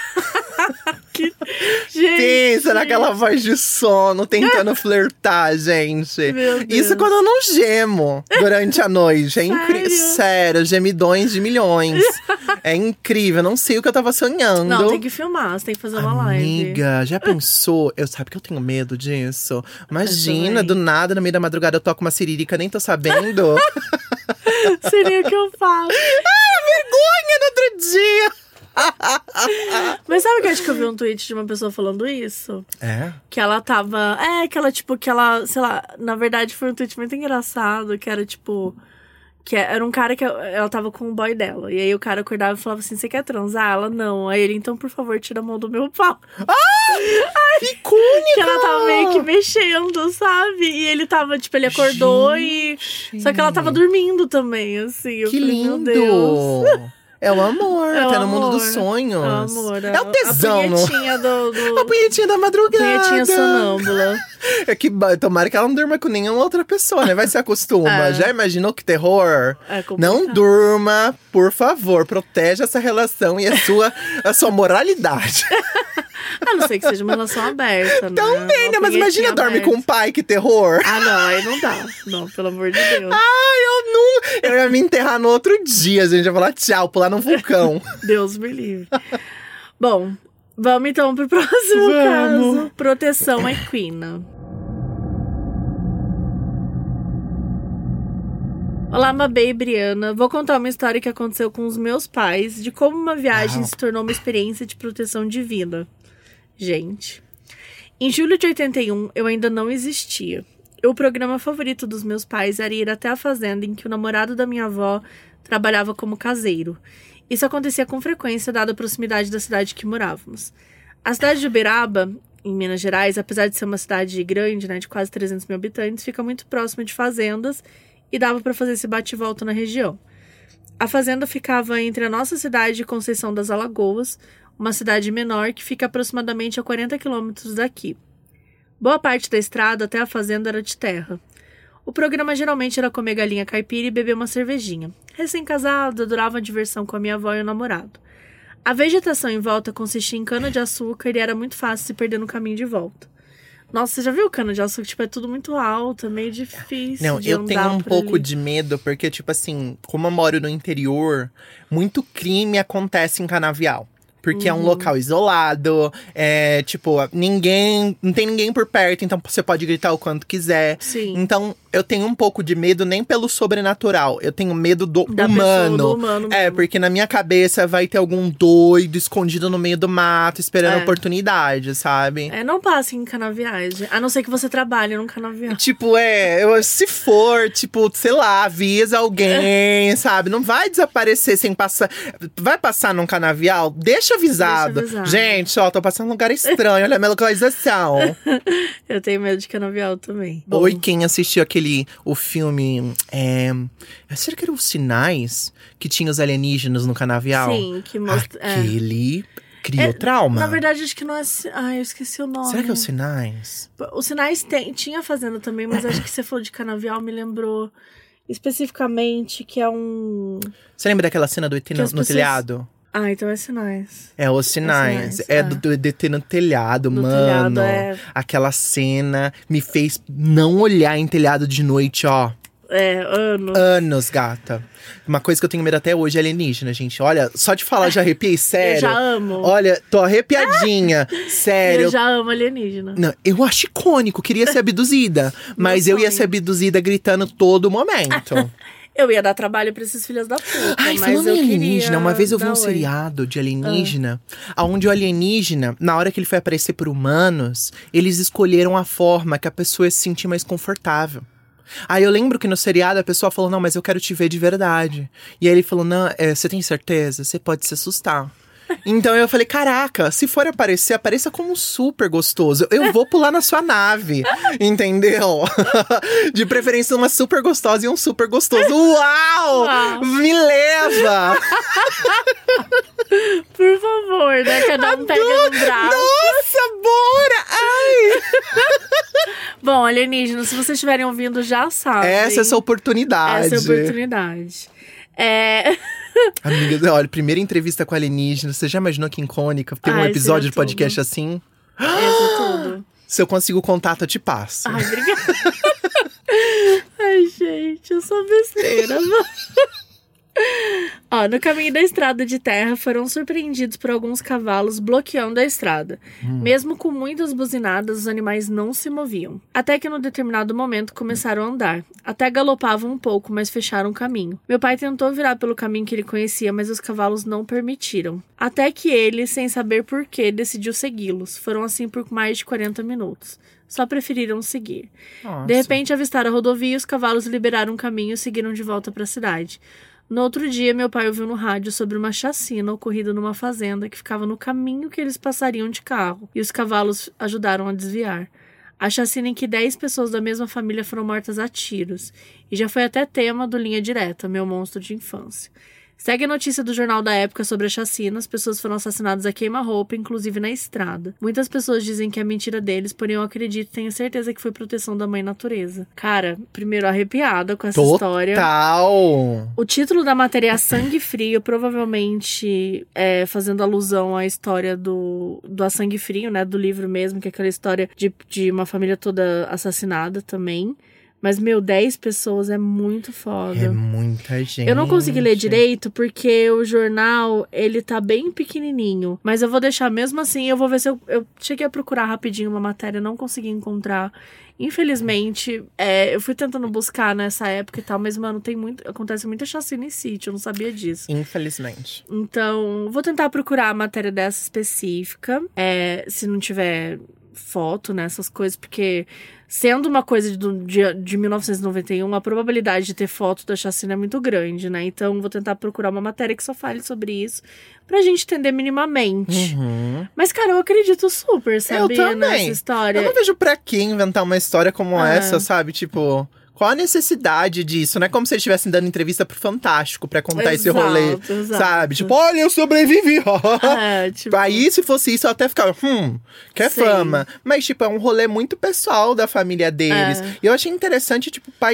Gente. Pensa naquela voz de sono, tentando flertar, gente. Meu Deus. Isso quando eu não gemo durante a noite. É incrível. Sério, gemidões de milhões. É incrível, não sei o que eu tava sonhando. Não, tem que filmar, você tem que fazer uma live. Amiga, já pensou? Sabe que eu tenho medo disso? Imagina, também. do nada, no meio da madrugada, eu toco uma siririca, nem tô sabendo. Seria o que eu faço. Vergonha no outro dia. Mas sabe que eu acho que eu vi um tweet de uma pessoa falando isso? É? Que ela tava… que ela, sei lá… Na verdade, foi um tweet muito engraçado. Que era, tipo… Que era um cara que ela tava com o boy dela. E aí o cara acordava e falava assim, você quer transar? Ela, não. Aí ele, então, por favor, tira a mão do meu pau. Que icônica! Que ela tava meio que mexendo, sabe? E ele tava, tipo, ele acordou Só que ela tava dormindo também, assim. Eu Que falei, lindo! Meu Deus. É o amor, É o tá no mundo amor. dos sonhos. É o amor. É o tesão. A punhetinha A punhetinha da madrugada. Punhetinha sonâmbula. É que tomara que ela não durma com nenhuma outra pessoa, né? Vai se acostuma. É. Já imaginou que terror? É complicado. Não durma, por favor. Proteja essa relação e a sua moralidade. A não ser que seja uma relação aberta, né? Também, né? Uma Mas imagina punhetinha dorme aberta. com um pai, que terror. Ah, não, aí não dá. Não, pelo amor de Deus. Eu ia me enterrar no outro dia, gente. Eu ia falar tchau, pular num vulcão. Deus me livre. Bom, vamos então pro próximo caso. Proteção equina. Olá, Mabê e Briana. Vou contar uma história que aconteceu com os meus pais de como uma viagem se tornou uma experiência de proteção divina. Gente, em julho de 81, eu ainda não existia. O programa favorito dos meus pais era ir até a fazenda em que o namorado da minha avó trabalhava como caseiro. Isso acontecia com frequência, dada a proximidade da cidade que morávamos. A cidade de Uberaba, em Minas Gerais, apesar de ser uma cidade grande, né, de quase 300 mil habitantes, fica muito próxima de fazendas e dava para fazer esse bate e volta na região. A fazenda ficava entre a nossa cidade e Conceição das Alagoas, uma cidade menor que fica aproximadamente a 40 quilômetros daqui. Boa parte da estrada até a fazenda era de terra. O programa geralmente era comer galinha caipira e beber uma cervejinha. Recém-casado, adorava a diversão com a minha avó e o namorado. A vegetação em volta consistia em cana-de-açúcar e era muito fácil se perder no caminho de volta. Nossa, você já viu cana-de-açúcar? Tipo, é tudo muito alto, é meio difícil Não, de eu andar tenho um por pouco ali. de medo, porque, tipo assim, como eu moro no interior, muito crime acontece em Canavial. Porque é um local isolado, não tem ninguém por perto, então você pode gritar o quanto quiser. Sim. Então, eu tenho um pouco de medo nem pelo sobrenatural, eu tenho medo do Da humano. pessoa, do humano É, mesmo. porque na minha cabeça vai ter algum doido escondido no meio do mato, esperando É. oportunidade, sabe? É, não passe em canaviais. A não ser que você trabalhe num canavial. Tipo, se for, tipo, sei lá, avisa alguém, sabe? Não vai desaparecer sem passar. Vai passar num canavial? Deixa avisado. Deixa avisado. Gente, ó, tô passando num lugar estranho, olha a minha localização. Eu tenho medo de canavial também. Oi, quem assistiu o filme. Será que eram os Sinais que tinha os alienígenas no canavial? Sim, que mostra. Aquele criou trauma. Na verdade, acho que não é. Ai, eu esqueci o nome. Será que é os Sinais? Os Sinais tinha fazenda também, mas acho que você falou de canavial, me lembrou especificamente que é um. Você lembra daquela cena do ET Que as no pessoas- telhado? Ah, então é Sinais. É Os Sinais. É do ET no telhado, mano. Telhado, é. Aquela cena me fez não olhar em telhado de noite, ó. Anos. Anos, gata. Uma coisa que eu tenho medo até hoje é alienígena, gente. Olha, só de falar já arrepiei, sério. Eu já amo. Olha, tô arrepiadinha. Sério. Eu já amo alienígena. Não, eu acho icônico, queria ser abduzida. Mas eu ia ser abduzida gritando todo momento. Eu ia dar trabalho pra esses filhos da puta. Ai, mas falando eu em alienígena, queria uma vez eu vi dar um oi. seriado de alienígena, onde o alienígena, na hora que ele foi aparecer por humanos, eles escolheram a forma que a pessoa ia se sentir mais confortável. Aí eu lembro que no seriado a pessoa falou, não, mas eu quero te ver de verdade. E aí ele falou, não, você tem certeza? Você pode se assustar. Então eu falei, caraca, se for aparecer, apareça como super gostoso. Eu vou pular na sua nave, entendeu? De preferência uma super gostosa e um super gostoso. Uau! Me leva! Por favor, né? Cada um pega no braço. Nossa, bora! Ai! Bom, alienígena, se vocês estiverem ouvindo, já sabem. Essa é a sua oportunidade. Essa é a oportunidade. Amiga, olha, primeira entrevista com alienígena. Você já imaginou que icônica? Tem um Ai, episódio seria de podcast tudo. assim? Isso é tudo. Se eu consigo o contato, eu te passo. Ai, obrigada. Ai, gente, eu sou besteira. Ó, no caminho da estrada de terra, foram surpreendidos por alguns cavalos bloqueando a estrada. Mesmo com muitas buzinadas, os animais não se moviam. Até que, num determinado momento, começaram a andar. Até galopavam um pouco, mas fecharam o caminho. Meu pai tentou virar pelo caminho que ele conhecia, mas os cavalos não permitiram. Até que ele, sem saber porquê, decidiu segui-los. Foram assim por mais de 40 minutos. Só preferiram seguir. Nossa. De repente, avistaram a rodovia e os cavalos liberaram o caminho e seguiram de volta para a cidade. No outro dia, meu pai ouviu no rádio sobre uma chacina ocorrida numa fazenda que ficava no caminho que eles passariam de carro, e os cavalos ajudaram a desviar. A chacina em que 10 pessoas da mesma família foram mortas a tiros, e já foi até tema do Linha Direta, meu monstro de infância. Segue a notícia do jornal da época sobre a chacina. As pessoas foram assassinadas a queima-roupa, inclusive na estrada. Muitas pessoas dizem que é mentira deles, porém eu acredito e tenho certeza que foi proteção da mãe natureza. Cara, primeiro arrepiada com essa história. Total! O título da matéria é Sangue Frio, provavelmente fazendo alusão à história do A Sangue Frio, né? Do livro mesmo, que é aquela história de uma família toda assassinada também. Mas, 10 pessoas é muito foda. É muita gente. Eu não consegui ler direito porque o jornal, ele tá bem pequenininho. Mas eu vou deixar mesmo assim, eu vou ver se eu cheguei a procurar rapidinho uma matéria, não consegui encontrar. Infelizmente, eu fui tentando buscar nessa época e tal, mas, mano, acontece muita chacina em sítio, eu não sabia disso. Infelizmente. Então, vou tentar procurar a matéria dessa específica, se não tiver foto, né, essas coisas, porque sendo uma coisa de 1991, a probabilidade de ter foto da chacina é muito grande, né? Então, vou tentar procurar uma matéria que só fale sobre isso, pra gente entender minimamente. Uhum. Mas, cara, eu acredito super, sabia, nessa história. Eu não vejo pra que inventar uma história como essa, sabe? Tipo, qual a necessidade disso? Não é como se eles estivessem dando entrevista pro Fantástico pra contar esse rolê, sabe? Tipo, olha, eu sobrevivi, tipo... Aí, se fosse isso, eu até ficava, quer Sim. fama. Mas, tipo, é um rolê muito pessoal da família deles. E eu achei interessante, tipo, o pai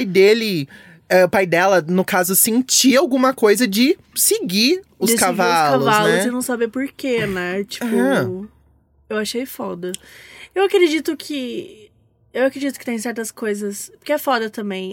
dela, no caso, sentir alguma coisa de seguir os cavalos, né? E não saber por quê, né? Tipo, eu achei foda. Eu acredito que tem certas coisas... Porque é foda também,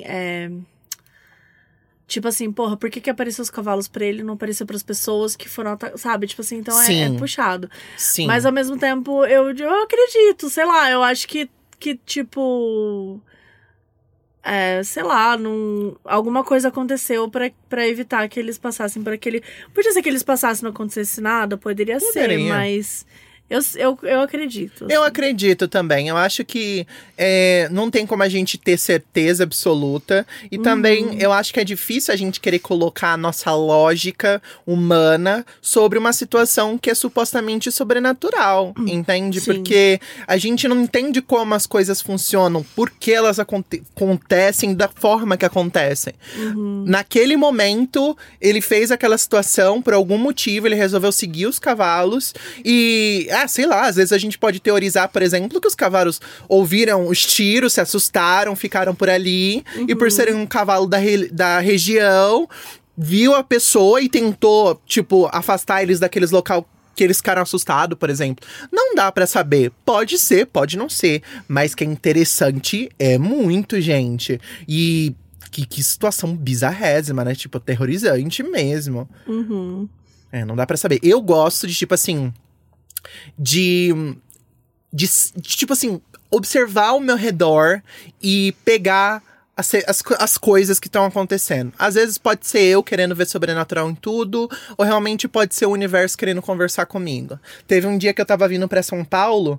Tipo assim, porra, por que apareceu os cavalos pra ele e não apareceu pras pessoas que foram sabe? Tipo assim, então é puxado. Sim. Mas ao mesmo tempo, eu acredito, sei lá, eu acho que tipo... sei lá, alguma coisa aconteceu pra evitar que eles passassem por aquele... Podia ser que eles passassem e não acontecesse nada, poderia ser, mas... Eu acredito. Eu acredito também. Eu acho que não tem como a gente ter certeza absoluta. E também eu acho que é difícil a gente querer colocar a nossa lógica humana sobre uma situação que é supostamente sobrenatural, entende? Sim. Porque a gente não entende como as coisas funcionam, por que elas acontecem da forma que acontecem. Naquele momento, ele fez aquela situação, por algum motivo, ele resolveu seguir os cavalos e... sei lá, às vezes a gente pode teorizar, por exemplo, que os cavalos ouviram os tiros, se assustaram, ficaram por ali. E por serem um cavalo da região, viu a pessoa e tentou, tipo, afastar eles daqueles local que eles ficaram assustados, por exemplo. Não dá pra saber. Pode ser, pode não ser. Mas que é interessante é muito, gente. E que situação bizarrésima, né? Tipo, aterrorizante mesmo. Não dá pra saber. Eu gosto de, tipo assim... De tipo assim, observar ao meu redor e pegar as coisas que estão acontecendo. Às vezes pode ser eu querendo ver sobrenatural em tudo, ou realmente pode ser o universo querendo conversar comigo. Teve um dia que eu tava vindo pra São Paulo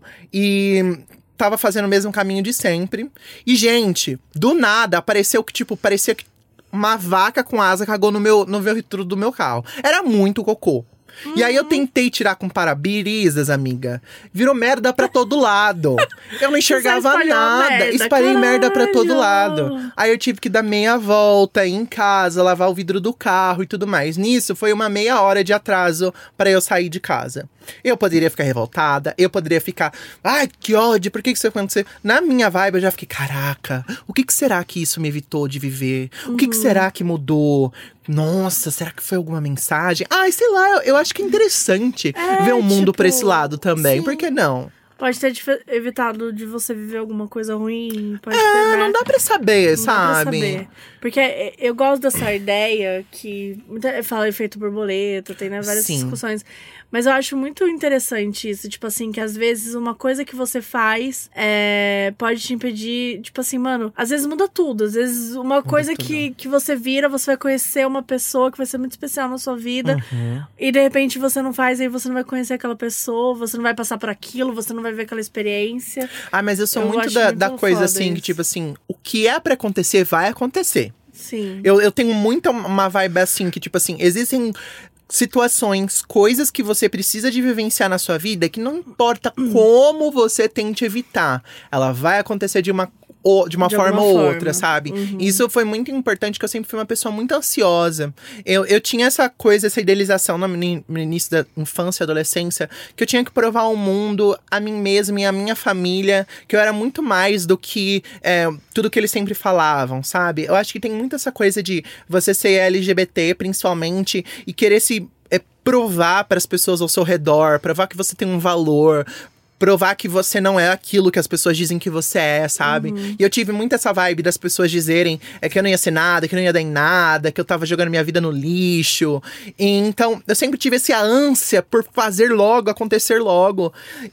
e tava fazendo o mesmo caminho de sempre. E, gente, do nada, apareceu que, tipo, parecia que uma vaca com asa cagou no vidro do meu carro. Era muito cocô. E aí eu tentei tirar com para-brisas, amiga. Virou merda pra todo lado. Eu não enxergava nada. Espalhei merda pra todo lado. Aí eu tive que dar meia volta, ir em casa, lavar o vidro do carro e tudo mais. Nisso foi uma meia hora de atraso pra eu sair de casa. Eu poderia ficar revoltada, eu poderia ficar... Ai, que ódio, por que isso aconteceu? Na minha vibe eu já fiquei, caraca, o que será que isso me evitou de viver? O que será que mudou? Nossa, será que foi alguma mensagem? Ai, sei lá, eu acho que é interessante ver o mundo por esse lado também. Sim. Por que não? Pode ter evitado de você viver alguma coisa ruim. Pode ter, né? Não dá pra saber, sabe? Dá pra saber. Porque eu gosto dessa ideia que... Fala efeito borboleta, tem, né, várias discussões. Mas eu acho muito interessante isso. Tipo assim, que às vezes uma coisa que você faz pode te impedir... Tipo assim, mano, às vezes muda tudo. Às vezes uma coisa que você vira, você vai conhecer uma pessoa que vai ser muito especial na sua vida. E de repente você não faz, aí você não vai conhecer aquela pessoa. Você não vai passar por aquilo, você não vai ver aquela experiência. Mas eu sou muito da coisa assim, que tipo assim... O que é pra acontecer, vai acontecer. Sim. Eu tenho muito uma vibe assim, que tipo assim... Existem situações, coisas que você precisa de vivenciar na sua vida que não importa como você tente evitar. Ela vai acontecer de uma forma ou outra, sabe? Isso foi muito importante, que eu sempre fui uma pessoa muito ansiosa. Eu tinha essa coisa, essa idealização no início da infância e adolescência, que eu tinha que provar ao mundo, a mim mesma e a minha família, que eu era muito mais do que tudo que eles sempre falavam, sabe? Eu acho que tem muito essa coisa de você ser LGBT, principalmente, e querer se provar para as pessoas ao seu redor, provar que você tem um valor, provar que você não é aquilo que as pessoas dizem que você é, sabe? E eu tive muito essa vibe das pessoas dizerem que eu não ia ser nada, que eu não ia dar em nada, que eu tava jogando minha vida no lixo. E, então, eu sempre tive essa ânsia por fazer logo, acontecer logo.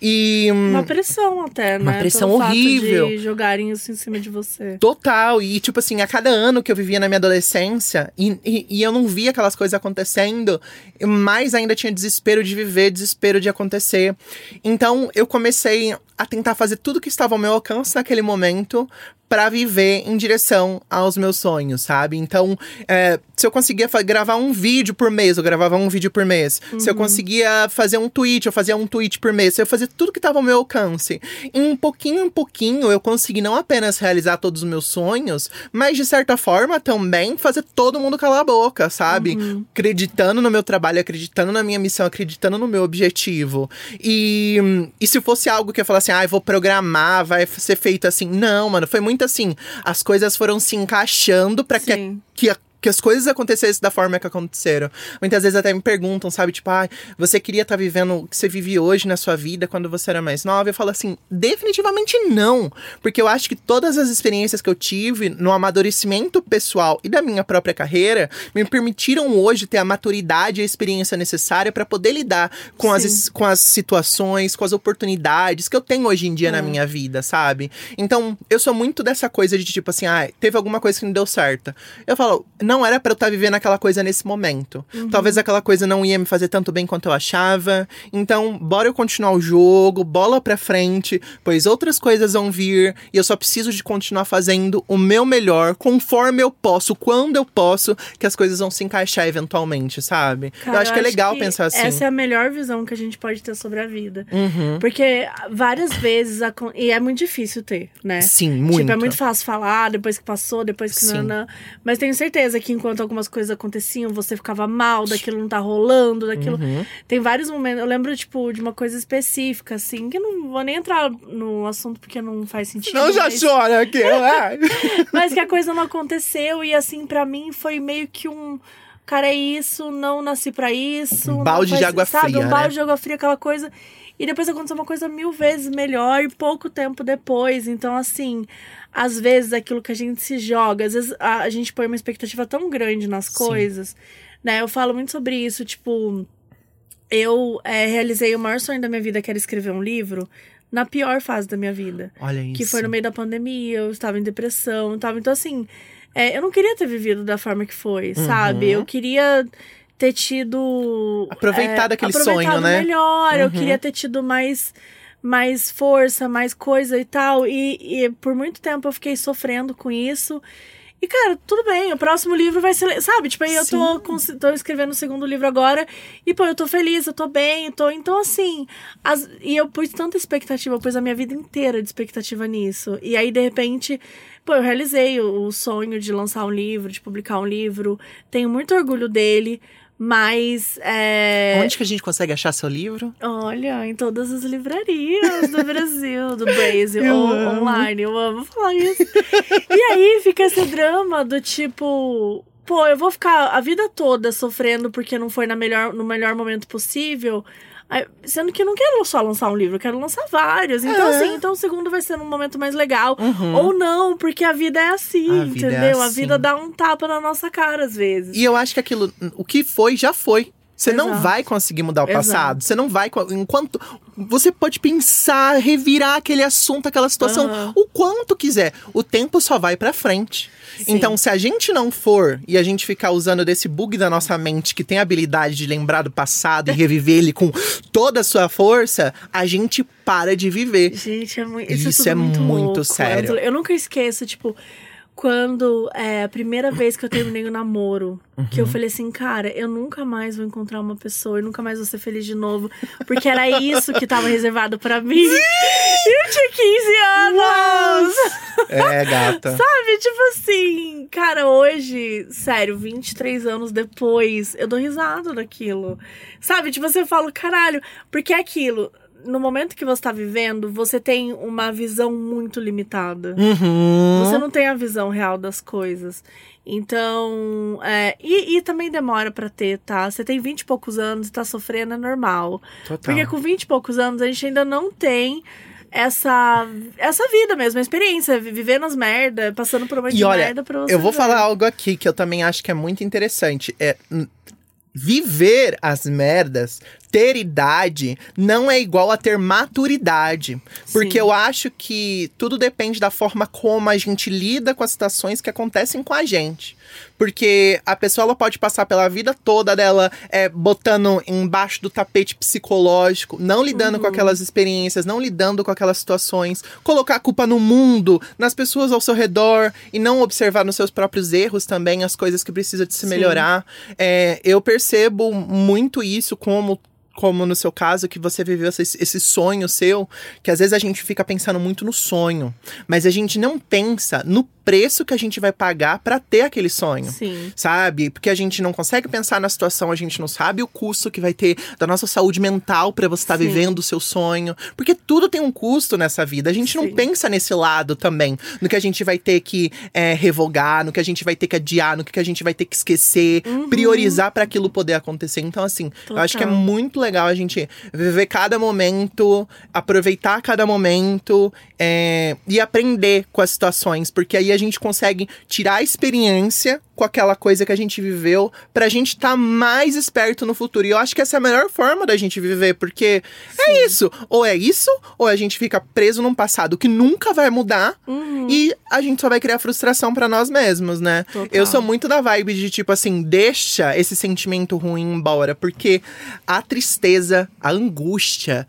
E uma pressão até, né? Uma pressão pelo horrível. Fato de jogarem isso em cima de você. Total. E, tipo assim, a cada ano que eu vivia na minha adolescência e eu não via aquelas coisas acontecendo, eu mais ainda tinha desespero de viver, desespero de acontecer. Então, eu comecei a tentar fazer tudo que estava ao meu alcance naquele momento pra viver em direção aos meus sonhos, sabe? Então, se eu conseguia gravar um vídeo por mês, eu gravava um vídeo por mês. Se eu conseguia fazer um tweet, eu fazia um tweet por mês. Eu fazia tudo que estava ao meu alcance. Em pouquinho, eu consegui não apenas realizar todos os meus sonhos, mas, de certa forma, também fazer todo mundo calar a boca, sabe? Acreditando no meu trabalho, acreditando na minha missão, acreditando no meu objetivo. E se fosse algo que eu falasse, eu vou programar, vai ser feito assim. Não, mano, foi muito assim. As coisas foram se encaixando pra que as coisas acontecessem da forma que aconteceram. Muitas vezes até me perguntam, sabe? Tipo, você queria estar vivendo o que você vive hoje na sua vida quando você era mais nova? Eu falo assim, definitivamente não. Porque eu acho que todas as experiências que eu tive no amadurecimento pessoal e da minha própria carreira me permitiram hoje ter a maturidade e a experiência necessária para poder lidar com as situações, com as oportunidades que eu tenho hoje em dia na minha vida, sabe? Então, eu sou muito dessa coisa de tipo assim, teve alguma coisa que não deu certo. Eu falo, não era pra eu estar vivendo aquela coisa nesse momento. Talvez aquela coisa não ia me fazer tanto bem quanto eu achava. Então, bora eu continuar o jogo, bola pra frente, pois outras coisas vão vir e eu só preciso de continuar fazendo o meu melhor, conforme eu posso, quando eu posso, que as coisas vão se encaixar eventualmente, sabe? Cara, eu acho que é legal pensar assim. Essa é a melhor visão que a gente pode ter sobre a vida. Porque várias vezes, e é muito difícil ter, né? Sim, muito. Tipo, é muito fácil falar, depois que passou, depois que não. Mas tenho certeza que enquanto algumas coisas aconteciam, você ficava mal, daquilo não tá rolando, daquilo... Tem vários momentos, eu lembro, tipo, de uma coisa específica, assim, que eu não vou nem entrar no assunto porque não faz sentido. Não, já chora aqui, Mas que a coisa não aconteceu e, assim, pra mim foi meio que cara, é isso, não nasci pra isso. Um balde de água sabe? fria, Um balde né? de água fria, aquela coisa. E depois aconteceu uma coisa 1000 vezes melhor e pouco tempo depois. Então, assim, às vezes aquilo que a gente se joga, às vezes a gente põe uma expectativa tão grande nas coisas, né? Eu falo muito sobre isso, tipo, eu realizei o maior sonho da minha vida, que era escrever um livro, na pior fase da minha vida. Olha isso. Que foi no meio da pandemia, eu estava em depressão, então assim, eu não queria ter vivido da forma que foi, sabe? Eu queria ter tido... Aproveitado aquele sonho, né? melhor, eu queria ter tido mais força, mais coisa e tal. E por muito tempo eu fiquei sofrendo com isso. E, cara, tudo bem, o próximo livro vai ser... Sabe? Tipo, aí eu tô escrevendo o segundo livro agora. E, pô, eu tô feliz, eu tô bem, Então, assim... E eu pus tanta expectativa, eu pus a minha vida inteira de expectativa nisso. E aí, de repente... Pô, eu realizei o sonho de lançar um livro, de publicar um livro. Tenho muito orgulho dele. Mas, Onde que a gente consegue achar seu livro? Olha, em todas as livrarias do Brasil, do Brasil, ou online. Eu amo falar isso. E aí fica esse drama do tipo... Pô, eu vou ficar a vida toda sofrendo porque não foi no melhor momento possível... Sendo que eu não quero só lançar um livro, eu quero lançar vários. Então, assim, o segundo vai ser num momento mais legal. Ou não, porque a vida é assim, entendeu? A vida dá um tapa na nossa cara, às vezes. E eu acho que aquilo, o que foi, já foi. Você não vai conseguir mudar o passado. Você não vai... Enquanto... Você pode pensar, revirar aquele assunto, aquela situação, o quanto quiser. O tempo só vai pra frente. Sim. Então, se a gente não for e a gente ficar usando desse bug da nossa mente que tem a habilidade de lembrar do passado e reviver ele com toda a sua força, a gente para de viver. Gente, isso é muito sério. Eu nunca esqueço, tipo... Quando a primeira vez que eu terminei o namoro, que eu falei assim, cara, eu nunca mais vou encontrar uma pessoa, eu nunca mais vou ser feliz de novo, porque era isso que tava reservado pra mim. E eu tinha 15 anos! Gata. Sabe, tipo assim, cara, hoje, sério, 23 anos depois, eu dou risada daquilo. Sabe, tipo, você fala, caralho, porque é aquilo... No momento que você tá vivendo, você tem uma visão muito limitada. Você não tem a visão real das coisas. Então, e também demora pra ter, tá? Você tem 20 e poucos anos e tá sofrendo, é normal. Total. Porque com 20 e poucos anos, a gente ainda não tem essa vida mesmo, a experiência, vivendo as merda, passando por uma merda pra você. Eu vou falar algo aqui que eu também acho que é muito interessante. Viver as merdas, ter idade, não é igual a ter maturidade. Porque eu acho que tudo depende da forma como a gente lida com as situações que acontecem com a gente. Porque a pessoa ela pode passar pela vida toda dela botando embaixo do tapete psicológico, não lidando com aquelas experiências, não lidando com aquelas situações, colocar a culpa no mundo, nas pessoas ao seu redor e não observar nos seus próprios erros também as coisas que precisam de se melhorar. Eu percebo muito isso como no seu caso, que você viveu esse sonho seu, que às vezes a gente fica pensando muito no sonho, mas a gente não pensa no preço que a gente vai pagar pra ter aquele sonho. Sim. Sabe? Porque a gente não consegue pensar na situação, a gente não sabe o custo que vai ter da nossa saúde mental pra você estar vivendo o seu sonho. Porque tudo tem um custo nessa vida. A gente não pensa nesse lado também, no que a gente vai ter que revogar, no que a gente vai ter que adiar, no que a gente vai ter que esquecer, priorizar pra aquilo poder acontecer. Então, assim, eu acho que é muito legal a gente viver cada momento, aproveitar cada momento e aprender com as situações, porque aí a gente consegue tirar a experiência com aquela coisa que a gente viveu pra gente estar mais esperto no futuro. E eu acho que essa é a melhor forma da gente viver, porque é isso, ou a gente fica preso num passado que nunca vai mudar e a gente só vai criar frustração pra nós mesmos, né? Total. Eu sou muito da vibe de tipo assim, deixa esse sentimento ruim embora, porque a tristeza, a angústia,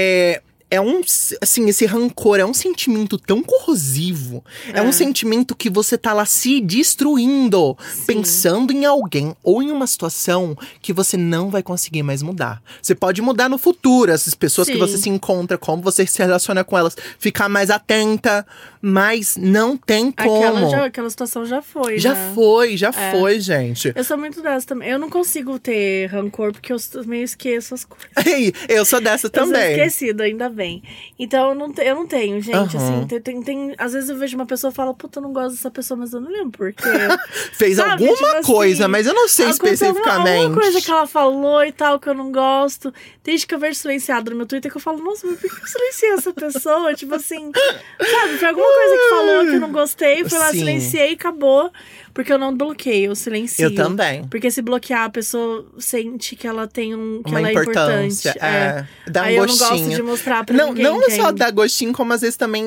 esse rancor é um sentimento tão corrosivo. É um sentimento que você tá lá se destruindo, pensando em alguém ou em uma situação que você não vai conseguir mais mudar. Você pode mudar no futuro, essas pessoas que você se encontra, como você se relaciona com elas, ficar mais atenta, mas não tem como. Aquela situação já foi, Já né? foi, gente. Eu sou muito dessa também. Eu não consigo ter rancor porque eu meio esqueço as coisas. Eu sou dessa também. Eu sou esquecida, ainda bem. bem. Então eu não tenho, gente. Assim, às vezes eu vejo uma pessoa e falo, puta, eu não gosto dessa pessoa, mas eu não lembro por quê. Fez Sabe? alguma Tipo coisa, assim, mas eu não sei especificamente. Alguma coisa que ela falou e tal, que eu não gosto. Desde que eu vejo silenciado no meu Twitter, que eu falo, nossa, mas por que eu silenciei essa pessoa? Tipo assim, sabe? Foi alguma coisa que falou que eu não gostei, fui lá, Sim. silenciei e acabou. Porque eu não bloqueio, eu silencio. Eu também. Porque se bloquear, a pessoa sente que ela tem que Uma ela é importância, importante. dá um Aí gostinho. eu não gosto de mostrar pra não, ninguém. Não só dá gostinho, como às vezes também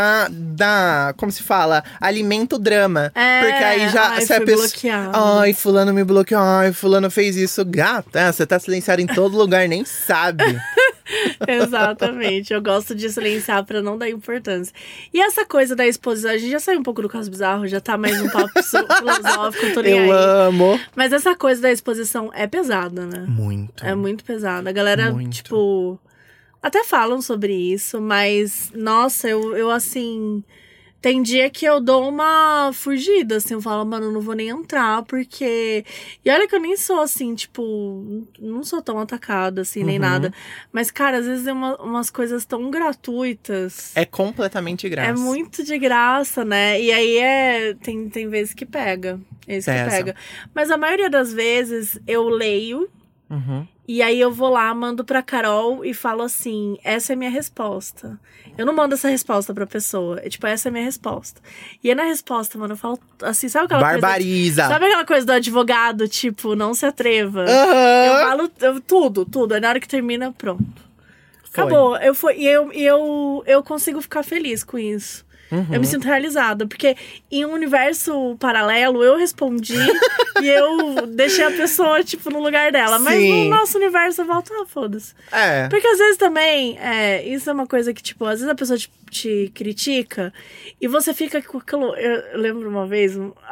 dá, como se fala? Alimenta o drama. Porque aí já, ai, se a fui pessoa. bloqueado. Ai, fulano me bloqueou, ai, fulano fez isso. Gata, você tá silenciado em todo lugar, nem sabe. Exatamente, eu gosto de silenciar pra não dar importância. E essa coisa da exposição, a gente já saiu um pouco do caso bizarro, já tá mais um papo filosófico, eu tô nem aí. Eu amo. Mas essa coisa da exposição é pesada, né? Muito. É muito pesada. A galera, Muito. tipo, até falam sobre isso, mas, nossa, eu assim. Tem dia que eu dou uma fugida, assim, eu falo, mano, eu não vou nem entrar, porque... E olha que eu nem sou, assim, tipo, não sou tão atacada, assim, nem nada. Mas, cara, às vezes é umas coisas tão gratuitas. É completamente de graça. É muito de graça, né? E aí tem vezes que pega. É isso que pega. Mas a maioria das vezes eu leio. E aí eu vou lá, mando pra Carol e falo assim, essa é a minha resposta. Eu não mando essa resposta pra pessoa. É tipo, essa é a minha resposta. E aí na resposta, mano, eu falo assim, sabe aquela Barbariza. coisa... Sabe aquela coisa do advogado, tipo, não se atreva? Eu falo tudo. Aí na hora que termina, pronto. Foi. Acabou. Eu consigo ficar feliz com isso. Eu me sinto realizada, porque em um universo paralelo eu respondi e eu deixei a pessoa, tipo, no lugar dela. Mas Sim. no nosso universo eu volto, foda-se. É. Porque às vezes também, isso é uma coisa que, tipo, às vezes a pessoa te critica e você fica com aquilo. Eu lembro uma vez,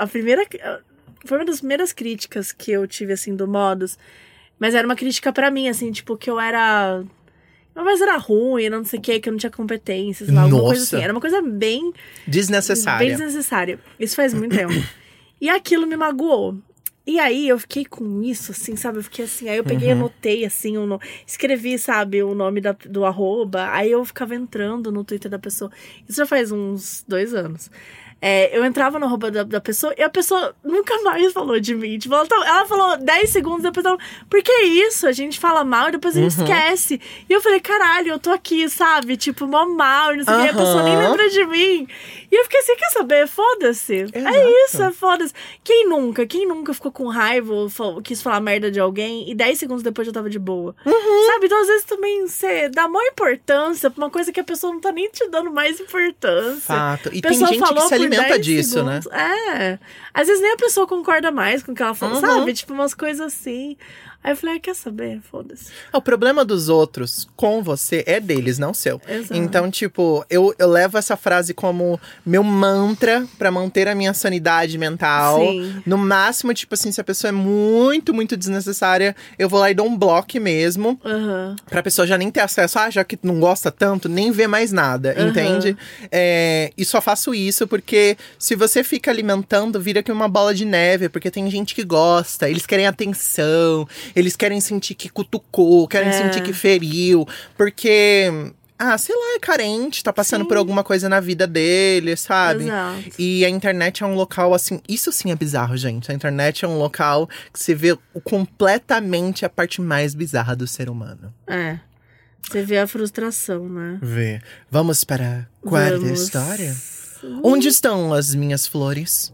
foi uma das primeiras críticas que eu tive, assim, do Modus, mas era uma crítica pra mim, assim, tipo, que eu era. Mas era ruim, não sei o que eu não tinha competências, lá, alguma coisa assim. Era uma coisa bem... Desnecessária. Bem desnecessária. Isso faz muito tempo. E aquilo me magoou. E aí, eu fiquei com isso, assim, sabe? Eu fiquei assim, aí eu peguei e anotei, assim, escrevi, sabe, o nome do arroba. Aí eu ficava entrando no Twitter da pessoa. Isso já faz uns 2 anos. Eu entrava no arroba da pessoa e a pessoa nunca mais falou de mim. Tipo, ela falou 10 segundos, depois ela falou, por que isso? A gente fala mal e depois a gente esquece. E eu falei, caralho, eu tô aqui, sabe? Tipo, mó mal, não sei o que. A pessoa nem lembra de mim. E eu fiquei assim, quer saber? Foda-se. Exato. É isso, foda-se. Quem nunca ficou com raiva ou quis falar merda de alguém e 10 segundos depois já tava de boa? Sabe? Então, às vezes, também você dá maior importância pra uma coisa que a pessoa não tá nem te dando mais importância. Fato. E tem gente que se alimenta disso, segundos, né? Às vezes nem a pessoa concorda mais com o que ela fala, sabe? Tipo, umas coisas assim. Aí eu falei, quer saber? Foda-se. O problema dos outros com você é deles, não seu. Exato. Então, tipo, eu levo essa frase como meu mantra pra manter a minha sanidade mental. Sim. No máximo, tipo assim, se a pessoa é muito, muito desnecessária, eu vou lá e dou um bloco mesmo. Pra pessoa já nem ter acesso. Já que não gosta tanto, nem ver mais nada, entende? E só faço isso porque se você fica alimentando, vira que uma bola de neve. Porque tem gente que gosta, eles querem atenção. Eles querem sentir que cutucou, querem sentir que feriu. Porque, sei lá, é carente, tá passando por alguma coisa na vida dele, sabe? Exato. E a internet é um local, assim... Isso sim é bizarro, gente. A internet é um local que você vê completamente a parte mais bizarra do ser humano. Você vê a frustração, né? Vê. Vamos para a quarta história? Onde estão as minhas flores?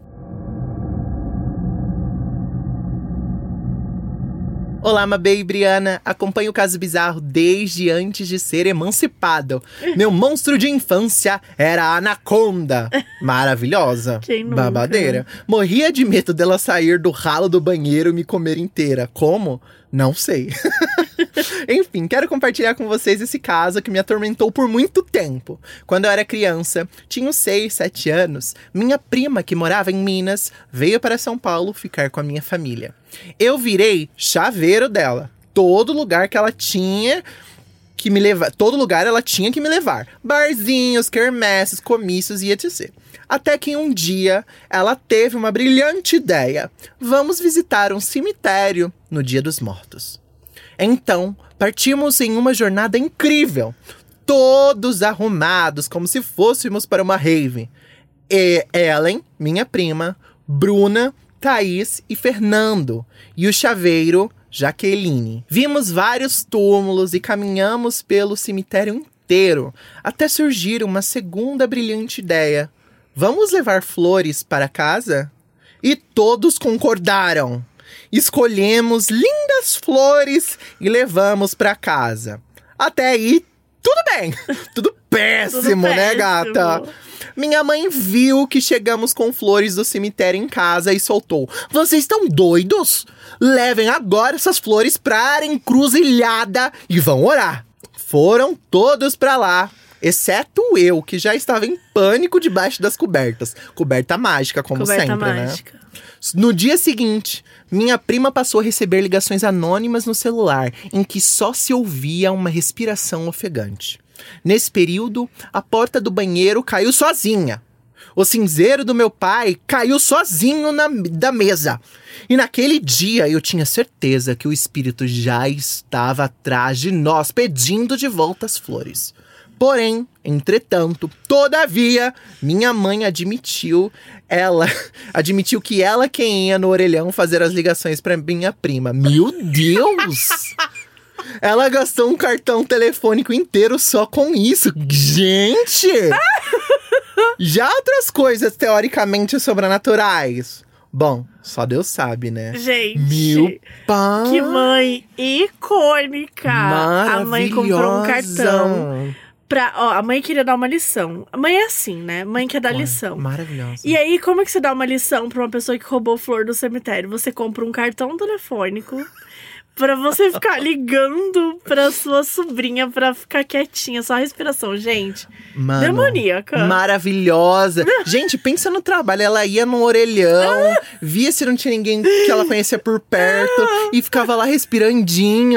Olá, Mabê e Briana. Acompanho o Caso Bizarro desde antes de ser emancipado. Meu monstro de infância era a Anaconda. Maravilhosa. Quem nunca? Babadeira. Morria de medo dela sair do ralo do banheiro e me comer inteira. Como? Não sei. Enfim, quero compartilhar com vocês esse caso que me atormentou por muito tempo. Quando eu era criança, tinha 6, 7 anos, minha prima, que morava em Minas, veio para São Paulo ficar com a minha família. Eu virei chaveiro dela. Todo lugar que ela tinha que me levar, todo lugar ela tinha que me levar. Barzinhos, quermesses, comícios e etc. Até que um dia ela teve uma brilhante ideia. Vamos visitar um cemitério no Dia dos Mortos. Então, partimos em uma jornada incrível. todos arrumados, como se fôssemos para uma rave. E Ellen, minha prima, Bruna, Thaís e Fernando. E o chaveiro, Jaqueline. Vimos vários túmulos e caminhamos pelo cemitério inteiro, até surgir uma segunda brilhante ideia. Vamos levar flores para casa? E todos concordaram. Escolhemos lindas flores e levamos para casa. Até aí, tudo bem. Tudo péssimo, né, gata? Minha mãe viu que chegamos com flores do cemitério em casa e soltou: vocês estão doidos? Levem agora essas flores pra encruzilhada e vão orar. Foram todos pra lá, exceto eu, que já estava em pânico debaixo das cobertas. Coberta mágica, como sempre, mágica, né? No dia seguinte, minha prima passou a receber ligações anônimas no celular, em que só se ouvia uma respiração ofegante. Nesse período, a porta do banheiro caiu sozinha. O cinzeiro do meu pai caiu sozinho da mesa. E naquele dia eu tinha certeza que o espírito já estava atrás de nós, pedindo de volta as flores. Porém, entretanto, todavia, minha mãe admitiu que ela quem ia no orelhão fazer as ligações para minha prima. Meu Deus! Ela gastou um cartão telefônico inteiro só com isso. Gente! Já outras coisas teoricamente sobrenaturais. Bom, só Deus sabe, né? Gente, meu pai! Que mãe icônica! A mãe comprou um cartão. A mãe queria dar uma lição. A mãe é assim, né? Mãe quer dar lição. Maravilhosa. E aí, como é que você dá uma lição pra uma pessoa que roubou flor do cemitério? Você compra um cartão telefônico pra você ficar ligando pra sua sobrinha pra ficar quietinha. Só a respiração, gente. Mano, demoníaca. Maravilhosa. Gente, pensa no trabalho. Ela ia no orelhão, via se não tinha ninguém que ela conhecia por perto e ficava lá respirandinho.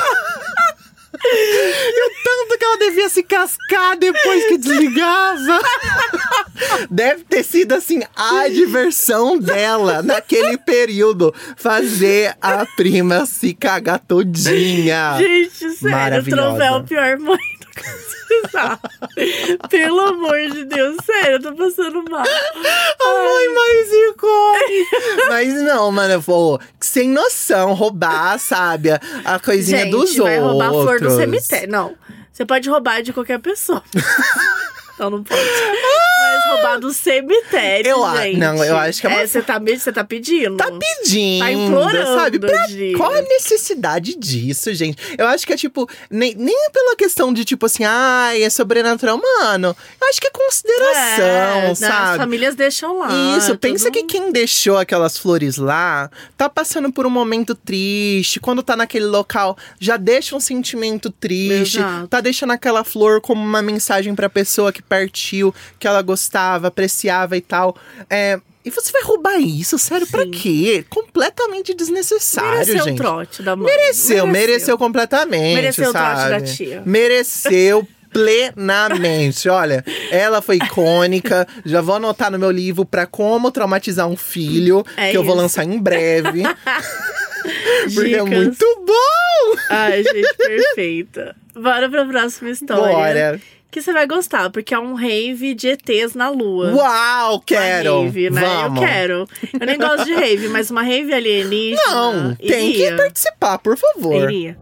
E o tanto que ela devia se cascar depois que desligava. Deve ter sido, assim, a diversão dela naquele período. Fazer a prima se cagar todinha. Gente, sério, troféu pior mãe do casal. Pelo amor de Deus, sério, eu tô passando mal. A mãe mais icônica. Mas não, mano, pô, sem noção, roubar, sabe? A coisinha gente, dos outros. Vai roubar a flor do cemitério. Não, você pode roubar de qualquer pessoa. Não pode. Mas roubar do cemitério, gente. Não, eu acho que é uma... Você tá pedindo. Tá pedindo, tá implorando, sabe? Qual a necessidade disso, gente? Eu acho que é tipo... Nem é pela questão de tipo assim... é sobrenatural, mano. Eu acho que é consideração, sabe? As famílias deixam lá. Isso, pensa que quem deixou aquelas flores lá... Tá passando por um momento triste. Quando tá naquele local, já deixa um sentimento triste. Exato. Tá deixando aquela flor como uma mensagem pra pessoa que partiu, que ela gostava, apreciava e tal. E você vai roubar isso? Sério, Sim. pra quê? Completamente desnecessário, mereceu gente. O trote da mãe. Mereceu completamente, mereceu sabe? O trote da tia. Mereceu plenamente. Olha, ela foi icônica. Já vou anotar no meu livro pra como traumatizar um filho, que eu vou lançar em breve. Porque é muito bom! Ai, gente, perfeita. Bora pra próxima história. Bora! Que você vai gostar, porque é um rave de ETs na lua. Uau, quero! Uma rave, né? Vamos. Eu quero. Eu nem gosto de rave, mas uma rave alienígena. Não, tem que participar, por favor. Iria.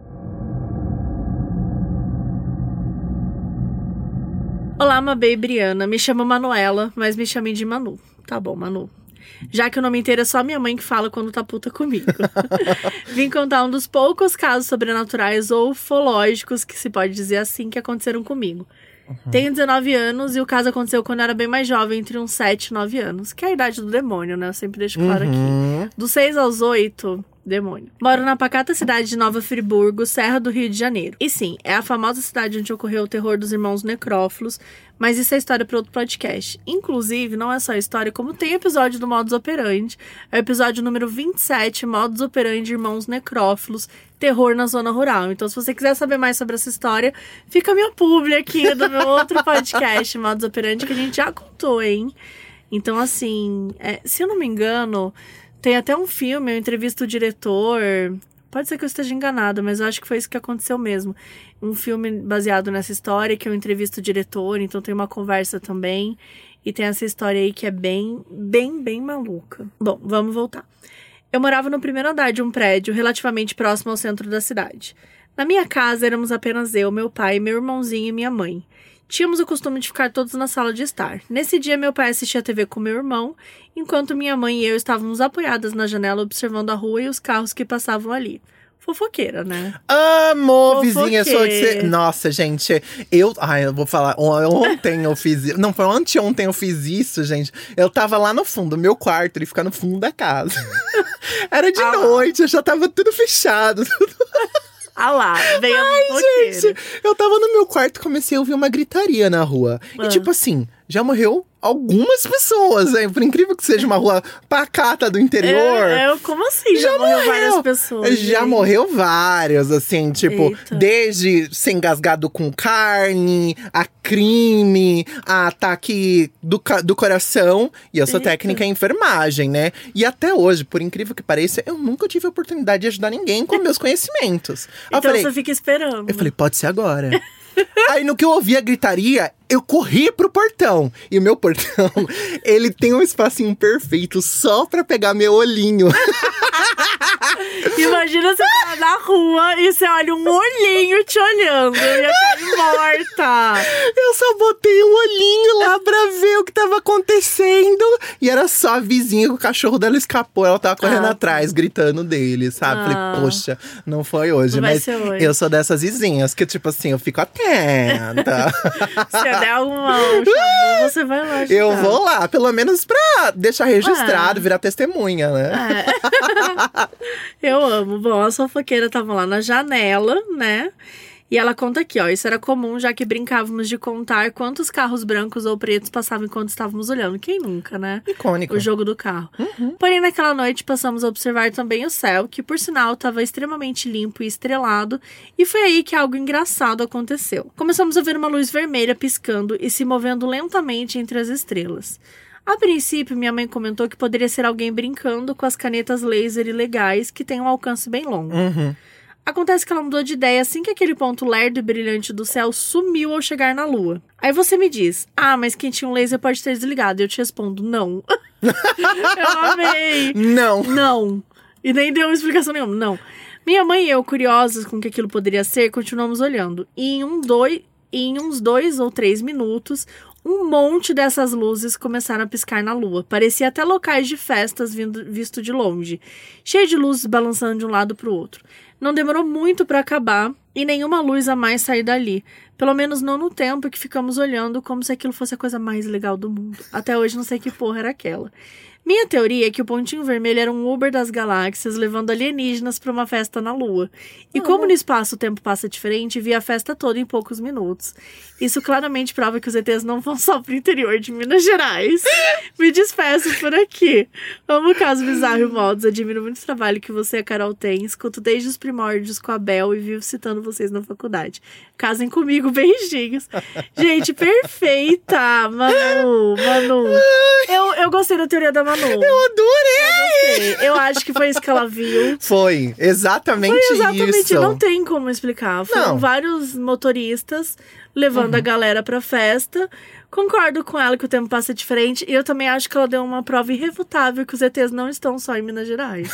Olá, Mabê e Briana. Me chamo Manuela, mas me chamem de Manu. Tá bom, Manu. Já que o nome inteiro é só minha mãe que fala quando tá puta comigo. Vim contar um dos poucos casos sobrenaturais ou ufológicos, que se pode dizer assim, que aconteceram comigo. Tenho 19 anos e o caso aconteceu quando eu era bem mais jovem, entre uns 7 e 9 anos. Que é a idade do demônio, né? Eu sempre deixo claro aqui. Dos 6 aos 8, demônio. Moro na pacata cidade de Nova Friburgo, Serra do Rio de Janeiro. E sim, é a famosa cidade onde ocorreu o terror dos irmãos necrófilos, mas isso é história para outro podcast. Inclusive, não é só história, como tem episódio do Modus Operandi. É o episódio número 27, Modus Operandi Irmãos Necrófilos, terror na zona rural. Então, se você quiser saber mais sobre essa história, fica a minha publi aqui do meu outro podcast, Modus Operandi, que a gente já contou, hein? Então, assim, se eu não me engano, tem até um filme, eu entrevisto o diretor... Pode ser que eu esteja enganada, mas eu acho que foi isso que aconteceu mesmo. um filme baseado nessa história, que eu entrevisto o diretor, então tem uma conversa também. E tem essa história aí que é bem maluca. Bom, vamos voltar. Eu morava no primeiro andar de um prédio relativamente próximo ao centro da cidade. Na minha casa éramos apenas eu, meu pai, meu irmãozinho e minha mãe. Tínhamos o costume de ficar todos na sala de estar. Nesse dia, meu pai assistia a TV com meu irmão, enquanto minha mãe e eu estávamos apoiadas na janela observando a rua e os carros que passavam ali. Fofoqueira, né? Amo, vizinha. Nossa, gente. Eu vou falar. Ontem eu fiz. Não, foi anteontem eu fiz isso, gente. Eu tava lá no fundo, meu quarto, ele fica no fundo da casa. Era de noite, já tava tudo fechado. Ah lá, veio a fofoqueira. Gente, eu tava no meu quarto e comecei a ouvir uma gritaria na rua. E tipo assim, já morreu algumas pessoas, hein? Por incrível que seja uma rua pacata do interior. Como assim? Já morreu várias pessoas. Já morreu várias, assim, tipo, Eita. desde ser engasgado com carne, a crime, a ataque do coração. E eu sou técnica em enfermagem, né? E até hoje, por incrível que pareça, eu nunca tive a oportunidade de ajudar ninguém com meus conhecimentos. Então você fica esperando. Eu falei, pode ser agora. Aí no que eu ouvi a gritaria, eu corri pro portão. E o meu portão, ele tem um espacinho perfeito só pra pegar meu olhinho. Imagina você tá na rua e você olha um olhinho te olhando. Eu ia cair morta. Eu só botei um olhinho lá pra ver o que tava acontecendo. E era só a vizinha, o cachorro dela escapou. Ela tava correndo atrás, gritando dele, sabe? Falei, poxa, não foi hoje. Não vai mas ser hoje. Eu sou dessas vizinhas que, tipo assim, eu fico atenta. Se eu der alguma chabu, você vai lá ajudar. Eu vou lá, pelo menos pra deixar registrado, virar testemunha, né? Eu amo. Bom, a fofoqueira tava lá na janela, né? E ela conta aqui, ó. Isso era comum, já que brincávamos de contar quantos carros brancos ou pretos passavam enquanto estávamos olhando. Quem nunca, né? Icônico. O jogo do carro. Porém, naquela noite, passamos a observar também o céu, que, por sinal, estava extremamente limpo e estrelado. E foi aí que algo engraçado aconteceu. Começamos a ver uma luz vermelha piscando e se movendo lentamente entre as estrelas. A princípio, minha mãe comentou que poderia ser alguém brincando com as canetas laser ilegais que têm um alcance bem longo. Acontece que ela mudou de ideia assim que aquele ponto lerdo e brilhante do céu sumiu ao chegar na lua. Aí você me diz, mas quem tinha um laser pode ter desligado. Eu te respondo, não. Eu amei. Não. E nem deu uma explicação nenhuma, não. Minha mãe e eu, curiosos com o que aquilo poderia ser, continuamos olhando. E em uns 2 ou 3 minutos, um monte dessas luzes começaram a piscar na lua. Parecia até locais de festas visto de longe. Cheio de luzes balançando de um lado para o outro. Não demorou muito para acabar e nenhuma luz a mais sair dali. Pelo menos não no tempo que ficamos olhando como se aquilo fosse a coisa mais legal do mundo. Até hoje não sei que porra era aquela. Minha teoria é que o pontinho vermelho era um Uber das galáxias levando alienígenas para uma festa na Lua. E como no espaço o tempo passa diferente, vi a festa toda em poucos minutos. Isso claramente prova que os ETs não vão só pro interior de Minas Gerais. Me despeço por aqui. Amo o caso Bizarro e Modos, admiro muito o trabalho que você e a Carol têm. Escuto desde os primórdios com a Bel e vivo citando vocês na faculdade. Casem comigo, beijinhos. Gente, perfeita, Manu. Eu gostei da teoria da Manu. Eu adorei! Eu acho que foi isso que ela viu. Foi exatamente isso. Não tem como explicar. Foram vários motoristas levando a galera pra festa. Concordo com ela que o tempo passa diferente. E eu também acho que ela deu uma prova irrefutável que os ETs não estão só em Minas Gerais.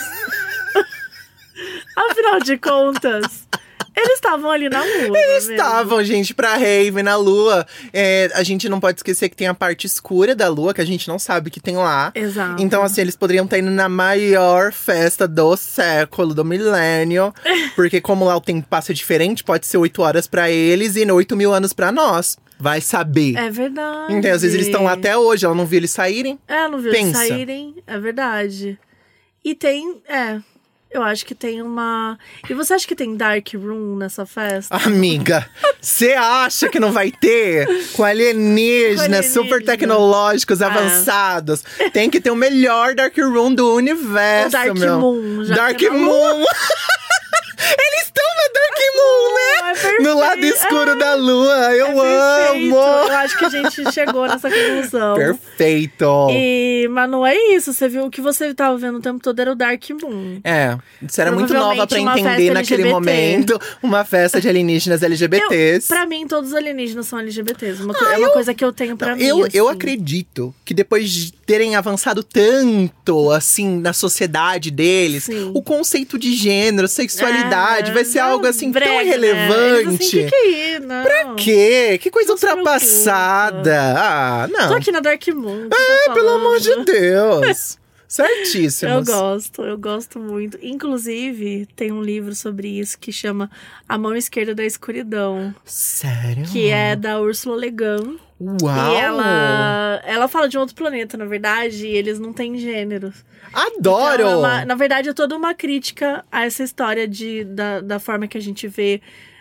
Afinal de contas, eles estavam ali na Lua. Eles estavam, gente, pra rave na Lua. A gente não pode esquecer que tem a parte escura da Lua, que a gente não sabe que tem lá. Exato. Então, assim, eles poderiam estar indo na maior festa do século, do milênio. Porque como lá o tempo passa diferente, pode ser 8 horas pra eles e 8.000 anos pra nós. Vai saber. É verdade. Então, às vezes eles estão lá até hoje, ela não viu eles saírem. Não viu eles saírem. É verdade. E tem, eu acho que tem uma... E você acha que tem Dark Room nessa festa? Amiga, você acha que não vai ter? Com alienígenas super tecnológicos, avançados. Tem que ter o melhor Dark Room do universo, o Dark Moon. Dark Moon. Eles estão na Dark Moon, né? perfeito. No lado escuro da lua. Eu Perfeito. amo! Eu acho que a gente chegou nessa conclusão. Perfeito! Mas não é isso. Você viu o que você tava vendo o tempo todo era o Dark Moon. É, isso era muito nova pra Provavelmente uma entender festa naquele LGBT. momento. Uma festa de alienígenas LGBTs. Pra mim, todos os alienígenas são LGBTs. É uma coisa que eu tenho pra mim. Eu assim. acredito que depois de terem avançado tanto, assim, na sociedade deles, Sim. o conceito de gênero, sexualidade, vai ser algo, assim, brega, tão né? irrelevante. Eles, assim, que é isso? Não. Pra quê? Que coisa Não se ultrapassada. Ah, não. Tô aqui na Dark Moon. Pelo amor de Deus. Certíssimos. Eu gosto muito. Inclusive, tem um livro sobre isso que chama A Mão Esquerda da Escuridão. Sério? Que é da Ursula Le Guin. Uau! E ela fala de um outro planeta, na verdade, e eles não têm gêneros. Adoro! Então, na verdade, é toda uma crítica a essa história da forma que a gente vê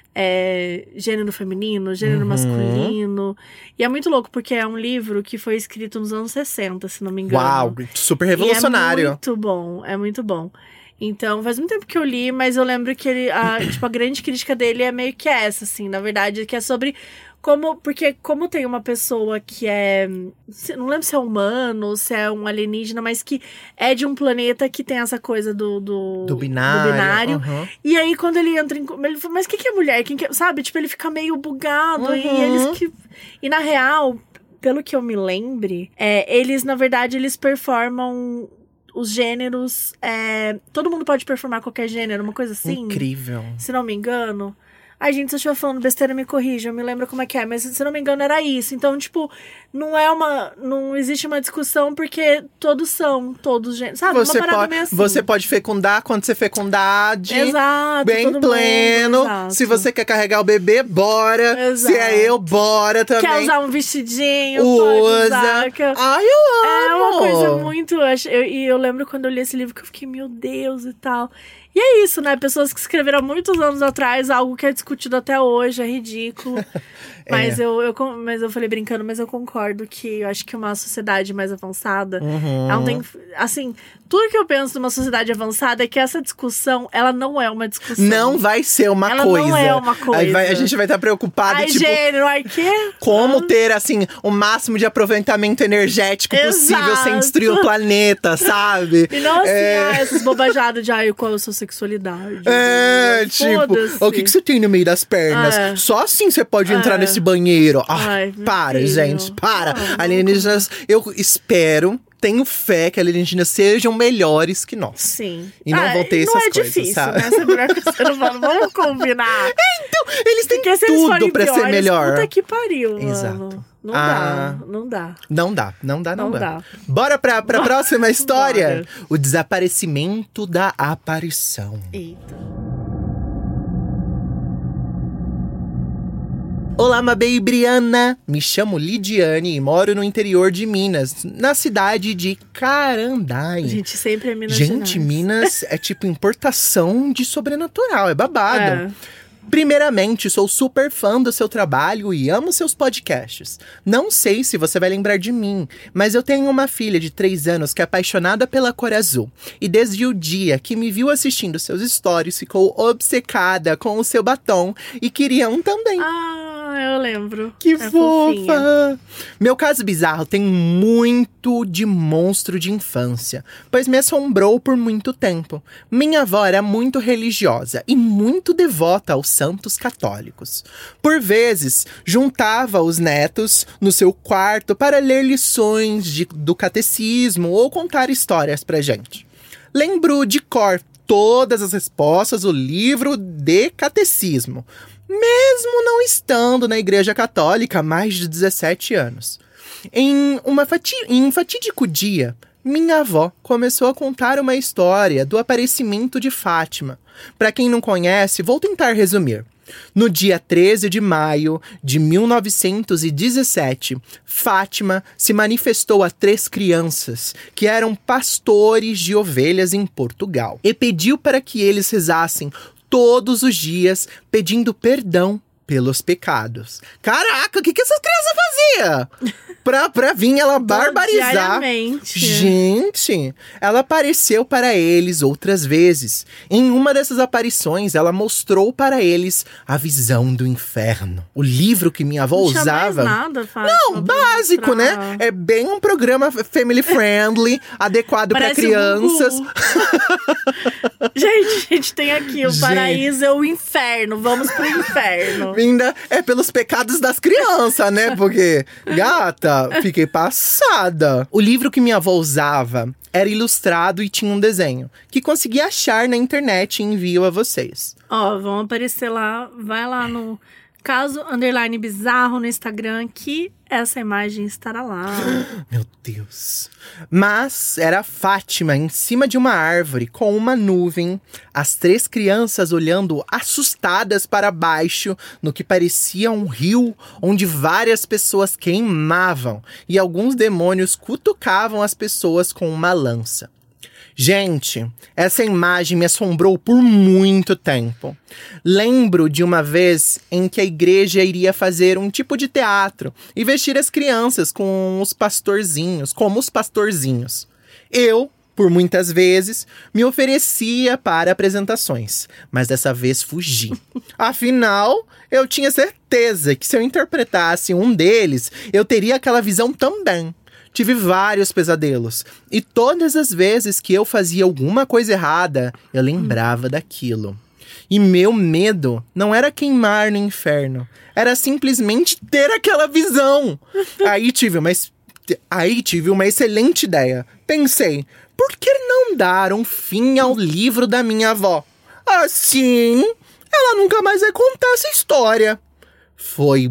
gênero feminino, gênero masculino. E é muito louco, porque é um livro que foi escrito nos anos 60, se não me engano. Uau, super revolucionário. E é muito bom. Então, faz muito tempo que eu li, mas eu lembro que a grande crítica dele é meio que essa, assim, na verdade, que é sobre porque como tem uma pessoa que não lembro se é humano ou se é um alienígena, mas que é de um planeta que tem essa coisa do binário. Uhum. E aí, quando ele entra ele fala, mas o que é mulher? Sabe? Tipo, ele fica meio bugado. E na real, pelo que eu me lembre, eles, na verdade, eles performam os gêneros. Todo mundo pode performar qualquer gênero, uma coisa assim. Incrível. Se não me engano. Ai, gente, se eu estiver falando besteira, me corrija, eu me lembro como é que é. Mas, se não me engano, era isso. Então, tipo, não existe uma discussão porque todos gêneros. Sabe? Uma parada meio assim. Você pode fecundar quando você fecundade. Exato. Bem pleno. Exato. Se você quer carregar o bebê, bora. Exato. Se é eu, bora também. Quer usar um vestidinho, pode usar. Ai, eu amo! É uma coisa muito... E eu lembro quando eu li esse livro que eu fiquei, meu Deus, e tal... E é isso, né? Pessoas que escreveram há muitos anos atrás algo que é discutido até hoje, é ridículo. Mas eu falei brincando, mas eu concordo que eu acho que uma sociedade mais avançada, ela não tem... Assim, tudo que eu penso numa sociedade avançada é que essa discussão, ela não é uma discussão. Não vai ser uma ela coisa. Não é uma coisa. A gente vai estar preocupado, tipo... gênero, quê? Como ter, assim, o máximo de aproveitamento energético possível sem destruir o planeta, sabe? E não assim, essas bobajadas de, qual é a sua sexualidade? Tipo, o que você tem no meio das pernas? Só assim você pode entrar nesse banheiro. Para, gente, para. Alienígenas, eu espero, tenho fé que alienígenas sejam melhores que nós. Sim. E não vão ter essas coisas, difícil, sabe? Né? Ser melhor que o ser humano, vamos combinar. Então, eles têm porque tudo pra ser melhor. Puta que pariu, mano. Exato. Não dá. Não dá. Bora pra próxima história? Bora. O desaparecimento da aparição. Eita. Olá, Mabê e Briana! Me chamo Lidiane e moro no interior de Minas, na cidade de Carandaí. Gente, sempre é Minas Gente, Gerais. Minas é tipo importação de sobrenatural, é babado. Primeiramente, sou super fã do seu trabalho e amo seus podcasts. Não sei se você vai lembrar de mim, mas eu tenho uma filha de 3 anos que é apaixonada pela cor azul. E desde o dia que me viu assistindo seus stories, ficou obcecada com o seu batom e queria um também. Eu lembro. Que fofa! Fofinha. Meu caso bizarro tem muito de monstro de infância, pois me assombrou por muito tempo. Minha avó era muito religiosa e muito devota aos santos católicos. Por vezes, juntava os netos no seu quarto para ler lições do catecismo ou contar histórias pra gente. Lembro de cor todas as respostas do livro de catecismo, mesmo não estando na Igreja Católica há mais de 17 anos. Em um fatídico dia, minha avó começou a contar uma história do aparecimento de Fátima. Para quem não conhece, vou tentar resumir. No dia 13 de maio de 1917, Fátima se manifestou a 3 crianças, que eram pastores de ovelhas em Portugal, e pediu para que eles rezassem todos os dias, pedindo perdão pelos pecados. Caraca, o que essa criança fazia? Pra vir ela barbarizar. Diariamente. Gente, ela apareceu para eles outras vezes. Em uma dessas aparições, ela mostrou para eles a visão do inferno. O livro que minha avó Não tinha usava. mais nada, Fábio, Não, pra básico, mostrar. né? É bem um programa family friendly, adequado para Parece o crianças. Gugu. Gente, a gente tem aqui o Gente. paraíso e o inferno. Vamos pro inferno. Ainda é pelos pecados das crianças, né? Porque, gata, fiquei passada. O livro que minha avó usava era ilustrado e tinha um desenho, que consegui achar na internet e envio a vocês. Ó, vão aparecer lá. Vai lá no caso_bizarro no Instagram que essa imagem estará lá. Meu Deus. Mas era Fátima em cima de uma árvore com uma nuvem, as 3 crianças olhando assustadas para baixo no que parecia um rio onde várias pessoas queimavam e alguns demônios cutucavam as pessoas com uma lança. Gente, essa imagem me assombrou por muito tempo. Lembro de uma vez em que a igreja iria fazer um tipo de teatro e vestir as crianças como os pastorzinhos. Eu, por muitas vezes, me oferecia para apresentações, mas dessa vez fugi. Afinal, eu tinha certeza que se eu interpretasse um deles, eu teria aquela visão também. Tive vários pesadelos, e todas as vezes que eu fazia alguma coisa errada, eu lembrava daquilo. E meu medo não era queimar no inferno, era simplesmente ter aquela visão. Aí tive uma excelente ideia. Pensei, por que não dar um fim ao livro da minha avó? Assim, ela nunca mais vai contar essa história. Fui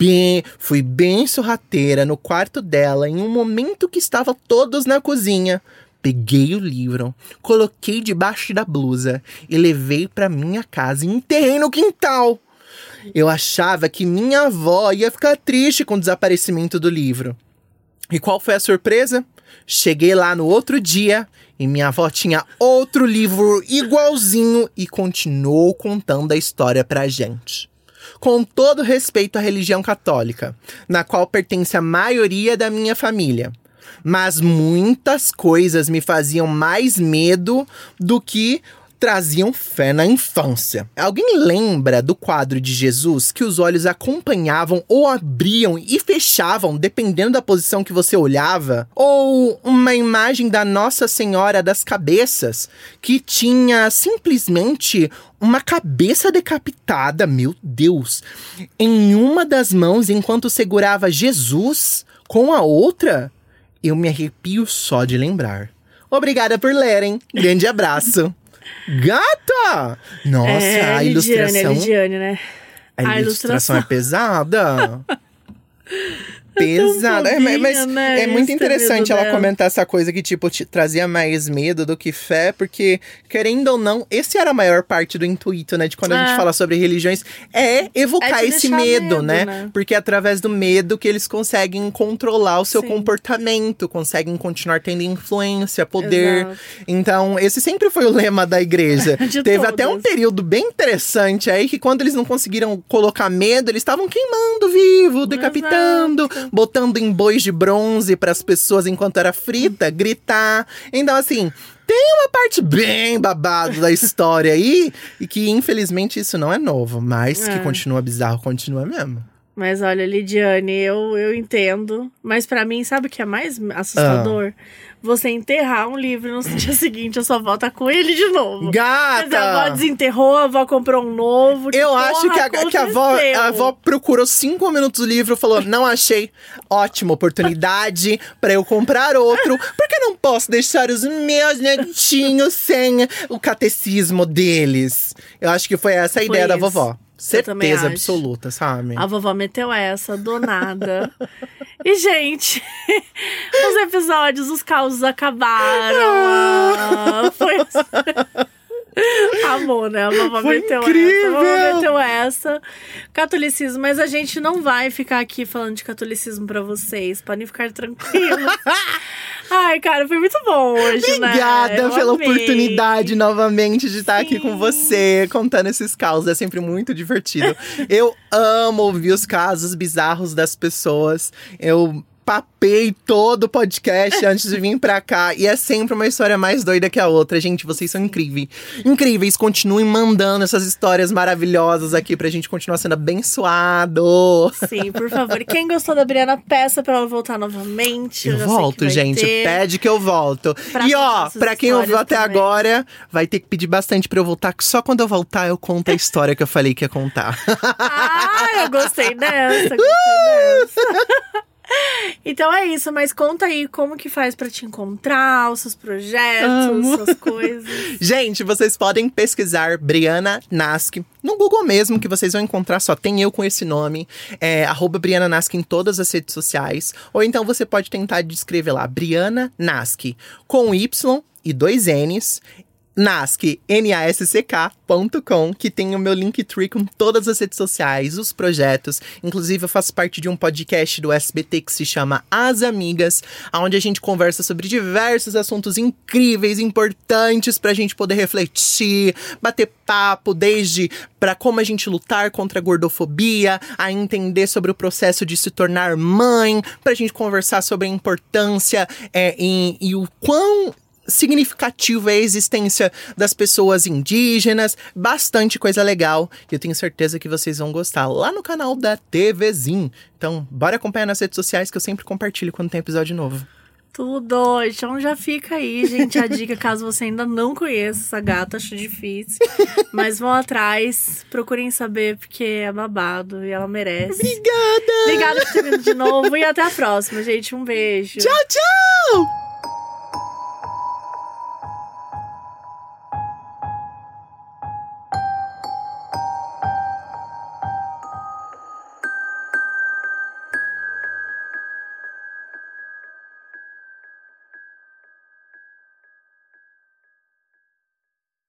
bem sorrateira no quarto dela em um momento que estava todos na cozinha. Peguei o livro, coloquei debaixo da blusa e levei para minha casa e enterrei no quintal. Eu achava que minha avó ia ficar triste com o desaparecimento do livro. E qual foi a surpresa? Cheguei lá no outro dia e minha avó tinha outro livro igualzinho e continuou contando a história pra gente. Com todo respeito à religião católica, na qual pertence a maioria da minha família. Mas muitas coisas me faziam mais medo do que traziam fé na infância. Alguém lembra do quadro de Jesus que os olhos acompanhavam ou abriam e fechavam dependendo da posição que você olhava? Ou uma imagem da Nossa Senhora das Cabeças que tinha simplesmente uma cabeça decapitada, meu Deus, em uma das mãos enquanto segurava Jesus com a outra? Eu me arrepio só de lembrar. Obrigada por lerem. Grande abraço. Gata! Nossa, a ilustração... É Lidiane, né? A ilustração é pesada. Pesada. Mas né? é muito interessante ela dela. comentar essa coisa que, tipo, te trazia mais medo do que fé, porque, querendo ou não, esse era a maior parte do intuito, né? De quando a gente fala sobre religiões, é evocar É te esse deixar medo, medo, né? Porque é através do medo que eles conseguem controlar o seu Sim. comportamento, conseguem continuar tendo influência, poder. Exato. Então, esse sempre foi o lema da igreja. De Teve até um todas. período bem interessante aí, que quando eles não conseguiram colocar medo, eles estavam queimando vivo, decapitando, botando em bois de bronze para as pessoas enquanto era frita, gritar. Então, assim, tem uma parte bem babado da história aí, e que infelizmente isso não é novo, mas que continua bizarro, continua mesmo. Mas olha, Lidiane, eu entendo. Mas pra mim, sabe o que é mais assustador? Você enterrar um livro no dia seguinte, a sua avó tá com ele de novo. Gata! Mas a avó desenterrou, a avó comprou um novo. Eu acho que a avó procurou 5 minutos do livro e falou, não achei. Ótima oportunidade pra eu comprar outro. Porque não posso deixar os meus netinhos sem o catecismo deles. Eu acho que foi essa a ideia da isso. vovó. também Certeza acho. absoluta, sabe? A vovó meteu essa, do nada. E, gente, os episódios, os causos acabaram. Foi amor, né? A vovó Foi meteu incrível! essa. A vovó meteu essa. Catolicismo, mas a gente não vai ficar aqui falando de catolicismo pra vocês. Podem ficar tranquilos. Ai, cara, foi muito bom hoje, Obrigada né? Eu pela amei. oportunidade novamente de estar aqui com Sim. você, contando esses causos. É sempre muito divertido. Eu amo ouvir os casos bizarros das pessoas. Eu papei todo o podcast antes de vir pra cá. E é sempre uma história mais doida que a outra. Gente, vocês são incríveis. Incríveis. Continuem mandando essas histórias maravilhosas aqui pra gente continuar sendo abençoado. Sim, por favor. E quem gostou da Briana, peça pra ela voltar novamente. Eu já sei que volto, vai gente. ter. Pede que eu volto. Pra E ó, contar essas pra quem ouviu histórias até também. agora, vai ter que pedir bastante pra eu voltar. Que só quando eu voltar eu conto a história que eu falei que ia contar. Ah, eu gostei dessa, gostei dessa. Então é isso, mas conta aí como que faz pra te encontrar, os seus projetos, Amo. suas coisas. Gente, vocês podem pesquisar Briana Nasc no Google mesmo, que vocês vão encontrar, só tem eu com esse nome. É @Briana Nasc em todas as redes sociais. Ou então você pode tentar descrever lá, Briana Nasc, com Y e 2 N's. Nasc, nasck.com, que tem o meu Linktree com todas as redes sociais, os projetos. Inclusive, eu faço parte de um podcast do SBT que se chama As Amigas, onde a gente conversa sobre diversos assuntos incríveis, importantes pra gente poder refletir, bater papo, desde pra como a gente lutar contra a gordofobia, a entender sobre o processo de se tornar mãe, pra gente conversar sobre a importância e o quão significativo é a existência das pessoas indígenas, bastante coisa legal, e eu tenho certeza que vocês vão gostar lá no canal da TVzinho. Então, bora acompanhar nas redes sociais que eu sempre compartilho quando tem episódio novo. Tudo. Então já fica aí, gente, a dica, caso você ainda não conheça essa gata, acho difícil. Mas vão atrás, procurem saber, porque é babado e ela merece. Obrigada! Obrigada por ter vindo de novo e até a próxima, gente. Um beijo. Tchau, tchau!